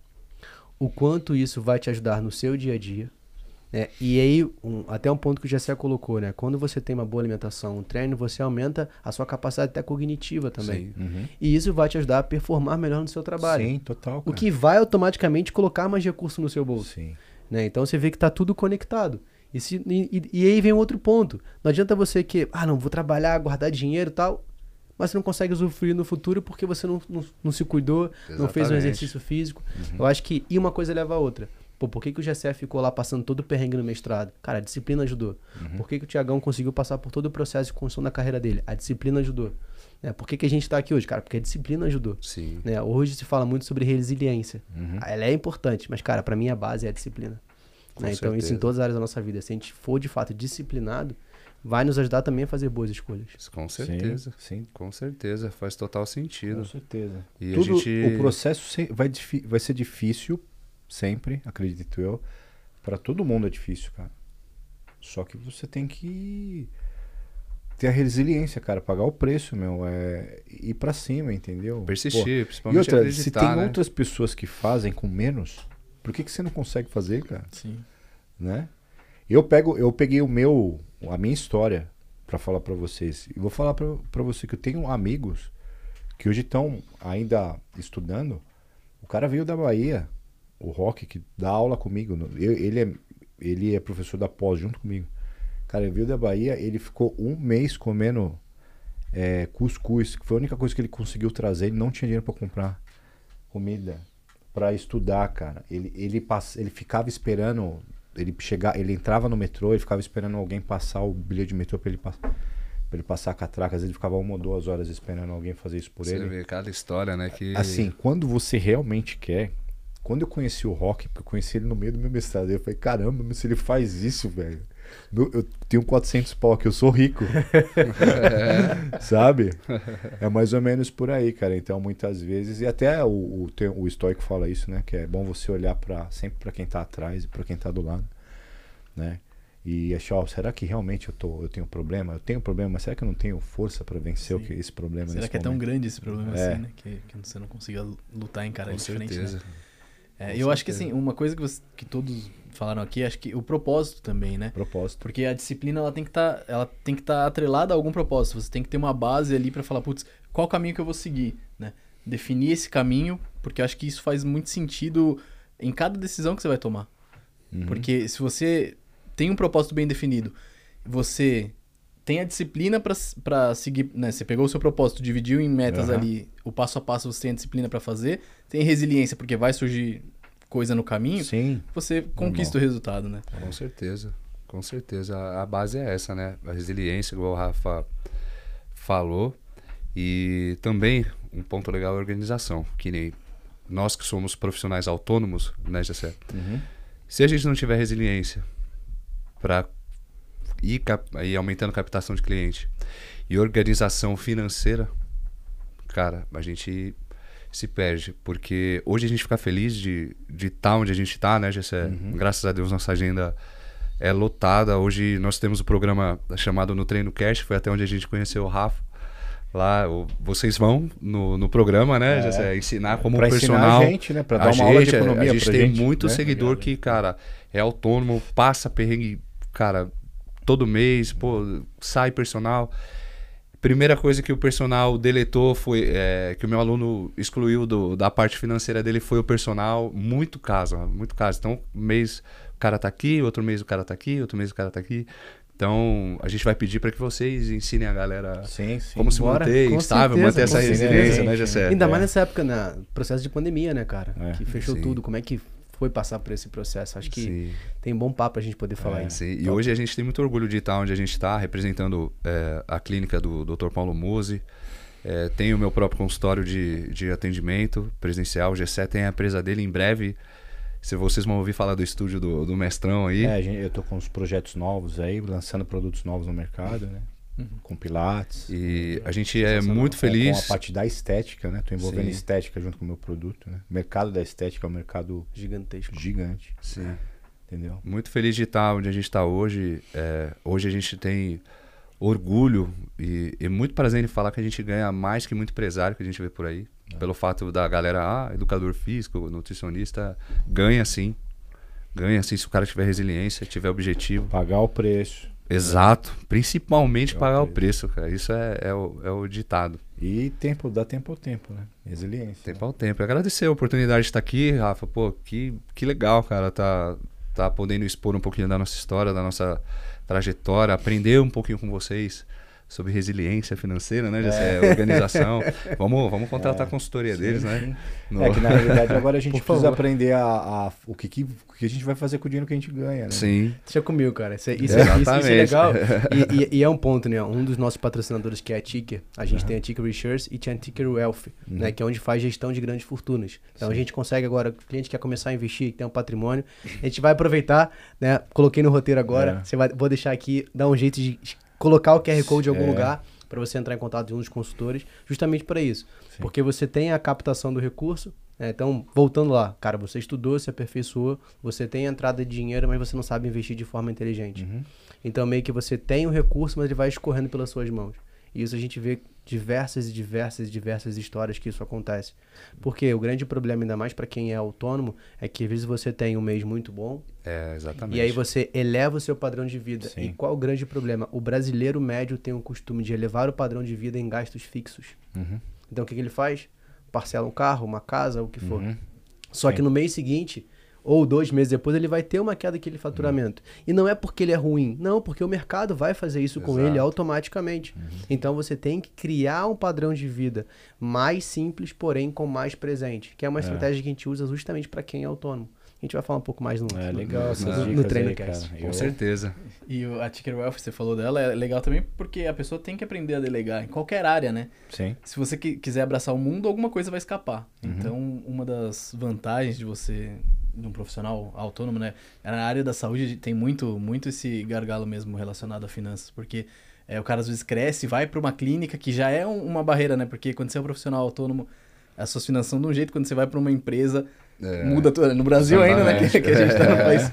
o quanto isso vai te ajudar no seu dia a dia, né? E aí, um- até um ponto que o Gessé colocou, né? Quando você tem uma boa alimentação, um treino, você aumenta a sua capacidade até cognitiva também. Sim. Uhum. E isso vai te ajudar a performar melhor no seu trabalho. Sim, total. O cara. que vai automaticamente colocar mais recurso no seu bolso. Sim. Né? Então você vê que tá tudo conectado. E, se- e- e- e aí vem um outro ponto. Não adianta você que, ah, não, vou trabalhar, guardar dinheiro e tal, mas você não consegue usufruir no futuro porque você não, não, não se cuidou, não fez um Exatamente. exercício físico. Eu acho que, e uma coisa leva a outra. Pô, por que, que o Gessé ficou lá passando todo o perrengue no mestrado? Cara, a disciplina ajudou. Por que, que o Tiagão conseguiu passar por todo o processo de construção da carreira dele? A disciplina ajudou. Né? Por que, que a gente tá aqui hoje? Cara, porque a disciplina ajudou. Sim. Né? Hoje se fala muito sobre resiliência. Uhum. Ela é importante, mas, cara, pra mim a base é a disciplina. Com Né? Então, isso em certeza. todas as áreas da nossa vida. Se a gente for, de fato, disciplinado, vai nos ajudar também a fazer boas escolhas. Com certeza. Sim, Com certeza. Faz total sim, sentido. com certeza. E a Tudo, gente- O processo se- vai, difi- vai ser difícil, sempre, acredito eu. Pra todo mundo é difícil, cara. Só que você tem que ter a resiliência, cara. Pagar o preço, meu. É ir pra cima, entendeu? Pô, Persistir, e principalmente outra, acreditar, se tem né? outras pessoas que fazem com menos, por que, que você não consegue fazer, cara? Sim. Né? Eu pego, eu peguei o meu, a minha história pra falar pra vocês. E vou falar pra pra você que eu tenho amigos que hoje estão ainda estudando. O cara veio da Bahia, o Rock, que dá aula comigo. no- eu- ele, é, ele é professor da pós junto comigo. Cara, ele veio da Bahia, ele ficou um mês comendo é, cuscuz, que foi a única coisa que ele conseguiu trazer. Ele não tinha dinheiro pra comprar comida pra estudar, cara. Ele, ele, pass, ele ficava esperando, ele, chegar, ele entrava no metrô e ficava esperando alguém passar o bilhete de metrô pra ele, pass, pra ele passar a catraca. Às vezes ele ficava uma ou duas horas esperando alguém fazer isso por Você ele. vê cada história, né? Que... Assim, quando você realmente quer. Quando eu conheci o Rock, porque eu conheci ele no meio do meu mestrado, eu falei, caramba, mas se ele faz isso, velho. meu- Eu tenho quatrocentos pau aqui, eu sou rico. Sabe? É mais ou menos por aí, cara. Então, muitas vezes, e até o, o, tem- o estoico fala isso, né? Que é bom você olhar pra, sempre pra quem tá atrás e pra quem tá do lado, né? E achar, ó, será que realmente eu, tô, eu tenho problema? Eu tenho problema, mas será que eu não tenho força para vencer o que, esse problema? Será nesse que é tão momento? grande esse problema É. assim, né? Que, que você não consiga lutar em cara Com de frente, certeza. né? É, Com eu acho que certeza. assim, uma coisa que, você- que todos falaram aqui, acho que o propósito também, né? Propósito. Porque a disciplina ela tem que estar, ela tem que estar atrelada a algum propósito. Você tem que ter uma base ali pra falar, putz, qual caminho que eu vou seguir, né? Definir esse caminho, porque eu acho que isso faz muito sentido em cada decisão que você vai tomar. Uhum. Porque se você tem um propósito bem definido, você tem a disciplina pra pra seguir, né? Você pegou o seu propósito, dividiu em metas Aham. ali, o passo a passo você tem a disciplina pra fazer, tem resiliência porque vai surgir coisa no caminho, Sim. você conquista o resultado, né? Com certeza, com certeza. A, a base é essa, né? A resiliência, igual o Rafa falou. E também um ponto legal é a organização. Que nem nós que somos profissionais autônomos, né, Gessé? Uhum. Se a gente não tiver resiliência para ir, cap- ir aumentando a captação de cliente e organização financeira, cara, a gente se perde. Porque hoje a gente fica feliz de estar onde a gente está, né, Gessé? Uhum. Graças a Deus nossa agenda é lotada. Hoje nós temos o programa chamado No Treino Cash, foi até onde a gente conheceu o Rafa. Lá, o- vocês vão no, no programa, né, É. Gessé? Ensinar como Pra personal. ensinar a gente, né? Pra A dar uma aula de gente, economia a gente pra tem gente, muito né? seguidor Legal, que, cara, é autônomo, passa perrengue, cara, todo mês, pô, sai personal. Primeira coisa que o personal deletou foi é, que o meu aluno excluiu do, da parte financeira dele foi o personal. Muito caso, muito caso. Então, um mês o cara tá aqui, outro mês o cara tá aqui, outro mês o cara tá aqui. Então, a gente vai pedir para que vocês ensinem a galera Sim, sim. como se Bora, manter com estável, certeza, manter essa com resiliência, certeza. né, Gessé? Ainda É. mais nessa época, na processo de pandemia, né, cara? É. Que fechou Sim. tudo. Como é que foi passar por esse processo? Acho que Sim. tem bom papo pra gente poder falar É, isso. Sim, e Então, hoje a gente tem muito orgulho de estar onde a gente está, representando é, a clínica do doutor Paulo Musi. É, tenho o meu próprio consultório de, de atendimento presencial. O Gessé tem a empresa dele em breve. Se vocês vão ouvir falar do estúdio do, do Mestrão aí. É, a gente- eu tô com uns projetos novos aí, lançando produtos novos no mercado, né? Com pilates. E a gente é Sensacional. muito Com- Com a feliz. parte da estética, né? Tô envolvendo Sim. estética junto com o meu produto, né? O mercado da estética é um mercado Gigantesco. gigante, Sim. entendeu? Muito feliz de estar onde a gente está hoje. É, hoje a gente tem orgulho e, e muito prazer em falar que a gente ganha mais que muito empresário que a gente vê por aí. Pelo fato da galera, ah, educador físico, nutricionista, ganha sim. Ganha sim se o cara tiver resiliência, tiver objetivo. Pagar o preço. Exato. Principalmente Pagar pagar o o preço, cara. Isso é, é, o, é o ditado. E tempo, dá tempo ao tempo, né? Resiliência. Tempo ao tempo. Agradecer a oportunidade de estar aqui, Rafa. Pô, que, que legal, cara. Tá, tá podendo expor um pouquinho da nossa história, da nossa trajetória, aprender um pouquinho com vocês sobre resiliência financeira, né? É. Organização. Vamos, vamos contratar a consultoria Sim, deles, sim. né? No- É que na realidade agora a gente Por precisa favor. aprender a, a- o, que, que, o que a gente vai fazer com o dinheiro que a gente ganha, né? Sim. Deixa comigo, cara. Isso é, isso é, isso, isso é Exatamente. legal. E, e- e é um ponto, né? Um dos nossos patrocinadores, que é a Ticker, a gente tem a Ticker Research e tinha a Ticker Wealth, né? Que é onde faz gestão de grandes fortunas. Então a gente consegue agora, o cliente quer começar a investir, que tem um patrimônio, a gente vai aproveitar, né? Coloquei no roteiro agora, É. você vai, vou deixar aqui, dar um jeito de colocar o Q R Code em algum É. lugar para você entrar em contato com um dos consultores, justamente para isso. Porque você tem a captação do recurso, né? Então, voltando lá, cara, você estudou, se aperfeiçoou, você tem a entrada de dinheiro, mas você não sabe investir de forma inteligente. Uhum. Então, meio que você tem o recurso, mas ele vai escorrendo pelas suas mãos. E isso a gente vê diversas e diversas e diversas histórias que isso acontece. Porque o grande problema, ainda mais para quem é autônomo, é que às vezes você tem um mês muito bom, É, exatamente. e aí você eleva o seu padrão de vida. Sim. E qual o grande problema? O brasileiro médio tem o costume de elevar o padrão de vida em gastos fixos. Uhum. Então o que, que ele faz? Parcela um carro, uma casa, o que for. Uhum. Só Sim. que no mês seguinte, ou dois meses depois, ele vai ter uma queda daquele faturamento. E não é porque ele é ruim, não, porque o mercado vai fazer isso com Exato. ele automaticamente. Então você tem que criar um padrão de vida mais simples, porém com mais presente, que é uma É. estratégia que a gente usa justamente para quem é autônomo. A gente vai falar um pouco mais no, É no- legal no, essas no, dicas no aí, TreinoCast. cara. Com Eu- certeza. E o- a Ticker Wealth, você falou dela, é legal também porque a pessoa tem que aprender a delegar em qualquer área, né? Sim. Se você qui- quiser abraçar o mundo, alguma coisa vai escapar. Uhum. Então, uma das vantagens de você, de um profissional autônomo, né? Na área da saúde tem muito, muito esse gargalo mesmo relacionado a finanças, porque é, o cara às vezes cresce, vai para uma clínica que já é um- uma barreira, né? Porque quando você é um profissional autônomo, as suas finanças são de um jeito, quando você vai para uma empresa, É. muda tudo. No Brasil ainda, né? Que, Exatamente. que a gente tá no país.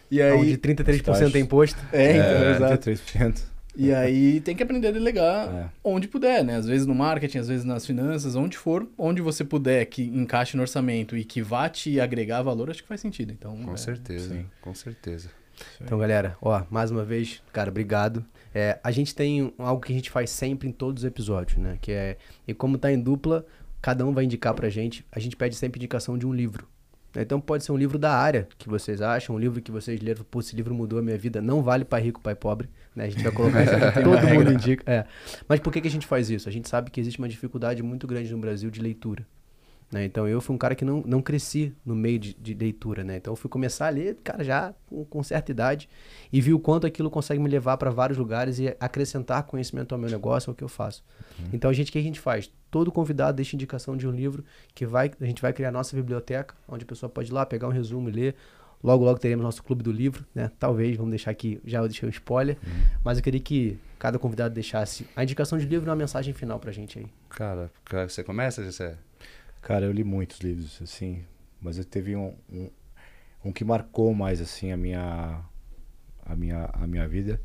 E aí... Onde trinta e três por cento é imposto. É, então, É, exato. trinta e três por cento. E aí tem que aprender a delegar É. onde puder, né? Às vezes no marketing, às vezes nas finanças, onde for, onde você puder que encaixe no orçamento e que vá te agregar valor, acho que faz sentido. Então, Com é, certeza, sim. com certeza. Então, galera, ó, mais uma vez, cara, obrigado. É, a gente tem algo que a gente faz sempre em todos os episódios, né? Que é, e como tá em dupla, cada um vai indicar pra gente, a gente pede sempre indicação de um livro. Então pode ser um livro da área que vocês acham, um livro que vocês leram, pô, esse livro mudou a minha vida, não vale pai rico, pai pobre, né? A gente vai colocar isso aqui, todo mundo indica. É. Mas por que, que a gente faz isso? A gente sabe que existe uma dificuldade muito grande no Brasil de leitura. Né? Então eu fui um cara que não, não cresci no meio de, de leitura, né? Então eu fui começar a ler, cara, já com, com certa idade e vi o quanto aquilo consegue me levar para vários lugares e acrescentar conhecimento ao meu negócio, ao que eu faço. Uhum. Então a gente, o que a gente faz? Todo convidado deixa indicação de um livro que vai, a gente vai criar a nossa biblioteca, onde a pessoa pode ir lá, pegar um resumo e ler. Logo, logo teremos nosso clube do livro, né? Talvez, vamos deixar aqui, já eu deixei um spoiler, uhum. mas eu queria que cada convidado deixasse a indicação de livro e uma mensagem final pra gente aí. Cara, você começa, Gessé? Cara, eu li muitos livros, assim, mas eu teve um, um, um que marcou mais, assim, a minha, a minha, a minha vida.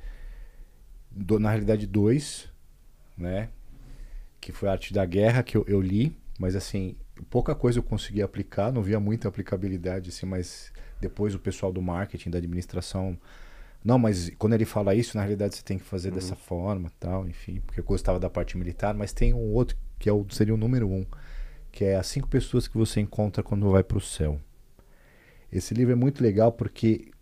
Do, na realidade, dois, né? Que foi a Arte da Guerra, que eu, eu li, mas, assim, pouca coisa eu consegui aplicar, não via muita aplicabilidade, assim, mas depois o pessoal do marketing, da administração... Não, mas quando ele fala isso, na realidade você tem que fazer uhum. dessa forma, tal, enfim, porque eu gostava da parte militar, mas tem um outro que é o, seria o número um, que é As Cinco Pessoas que Você Encontra Quando Vai Pro Céu. Esse livro é muito legal porque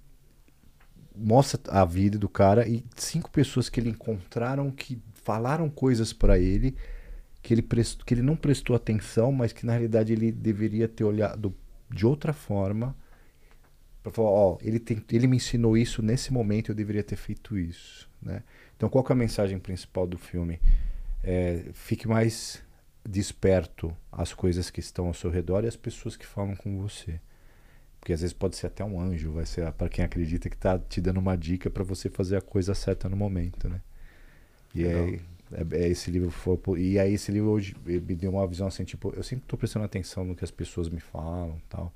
mostra a vida do cara e cinco pessoas que ele encontraram que falaram coisas para ele que ele, prestou, que ele não prestou atenção, mas que na realidade ele deveria ter olhado de outra forma para falar, ó, ele, tem, ele me ensinou isso nesse momento, eu deveria ter feito isso, né? Então qual que é a mensagem principal do filme? É, fique mais desperto às coisas que estão ao seu redor e às pessoas que falam com você, porque às vezes pode ser até um anjo, vai ser para quem acredita que está te dando uma dica para você fazer a coisa certa no momento, né? E é, é, é esse livro foi, e aí esse livro hoje me deu uma visão assim, tipo, eu sempre estou prestando atenção no que as pessoas me falam, tal,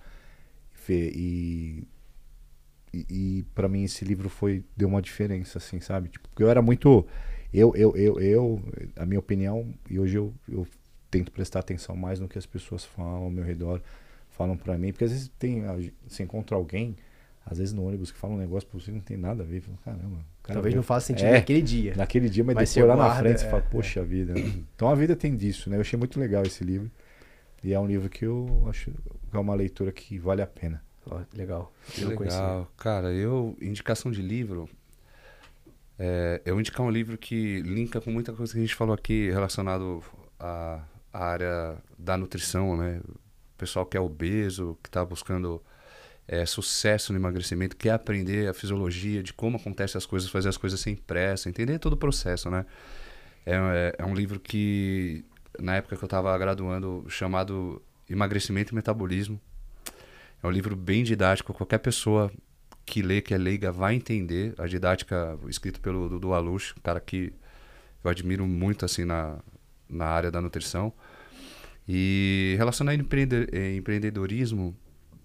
e e, e para mim esse livro foi deu uma diferença, assim, sabe? Tipo, porque eu era muito eu eu eu, eu a minha opinião, e hoje eu, eu tento prestar atenção mais no que as pessoas falam ao meu redor, falam pra mim, porque às vezes tem, você encontra alguém, às vezes no ônibus, que fala um negócio pra você que não tem nada a ver, fala, caramba. Cara, talvez eu, não faça sentido é, naquele dia. Naquele dia, mas, mas depois lá guarda, na frente é, você fala, poxa é. vida. Né? Então a vida tem disso, né? Eu achei muito legal esse livro. E é um livro que eu acho que é uma leitura que vale a pena. Oh, legal. Que legal. Cara, eu, indicação de livro, é, eu indicar um livro que linka com muita coisa que a gente falou aqui relacionado a a área da nutrição, né? O pessoal que é obeso, que está buscando é, sucesso no emagrecimento, quer aprender a fisiologia de como acontecem as coisas, fazer as coisas sem pressa, entender todo o processo, né? É, é, é um livro que, na época que eu estava graduando, chamado Emagrecimento e Metabolismo. É um livro bem didático, qualquer pessoa que lê, que é leiga, vai entender. A didática, escrito pelo Dudu Alush, um cara que eu admiro muito, assim, na... na área da nutrição. E relacionado ao empreende- empreendedorismo,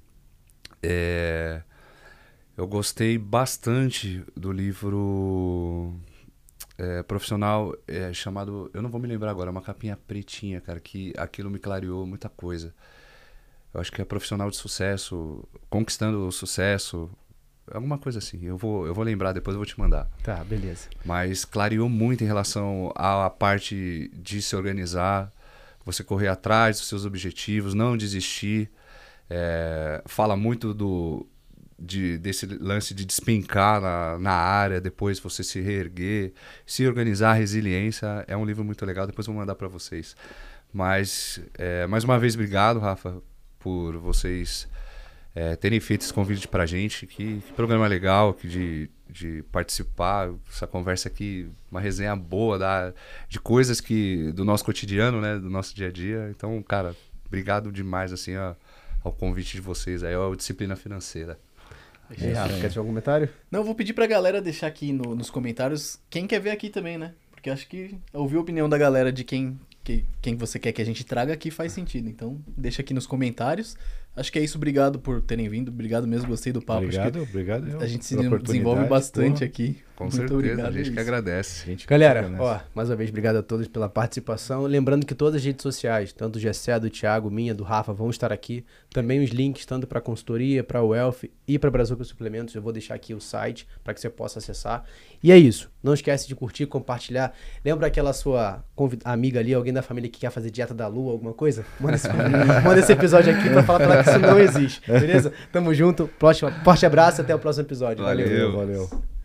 é, eu gostei bastante do livro é, profissional é, chamado, eu não vou me lembrar agora, uma capinha pretinha, cara, que aquilo me clareou muita coisa. Eu acho que é Profissional de Sucesso, Conquistando o Sucesso, alguma coisa assim. Eu vou, eu vou lembrar, depois eu vou te mandar. Tá, beleza. Mas clareou muito em relação à parte de se organizar, você correr atrás dos seus objetivos, não desistir. É, fala muito do, de, desse lance de despencar na, na área, depois você se reerguer, se organizar, resiliência. É um livro muito legal, depois eu vou mandar para vocês. Mas, é, mais uma vez, obrigado, Rafa, por vocês... É, terem feito esse convite pra gente, que, que programa legal que de, de participar, essa conversa aqui, uma resenha boa da, de coisas que do nosso cotidiano, né, do nosso dia a dia. Então, cara, obrigado demais assim, ó, ao convite de vocês aí, ao Disciplina Financeira. E, Rafa, quer deixar algum comentário? Não, eu vou pedir pra galera deixar aqui no, nos comentários quem quer ver aqui também, né? Porque acho que ouvir a opinião da galera de quem, que, quem você quer que a gente traga aqui faz sentido. Então, deixa aqui nos comentários. Acho que é isso. Obrigado por terem vindo. Obrigado mesmo. Gostei do papo. Obrigado, Acho que obrigado. Eu, a gente se pela desenvolve oportunidade, bastante porra. aqui. Com Muito certeza, obrigado, a gente é que isso. agradece. Gente, que Galera, agradece. ó, mais uma vez, obrigado a todos pela participação. Lembrando que todas as redes sociais, tanto do Gessé, do Thiago, minha, do Rafa, vão estar aqui. Também os links, tanto para a consultoria, para o Wealth e para Brazuca Suplementos. Eu vou deixar aqui o site para que você possa acessar. E é isso. Não esquece de curtir, compartilhar. Lembra aquela sua convid- amiga ali, alguém da família que quer fazer dieta da lua, alguma coisa? Manda esse, manda esse episódio aqui para falar pra ela que isso não existe. Beleza? Tamo junto. Próximo, forte abraço. Até o próximo episódio. Valeu. Valeu, valeu.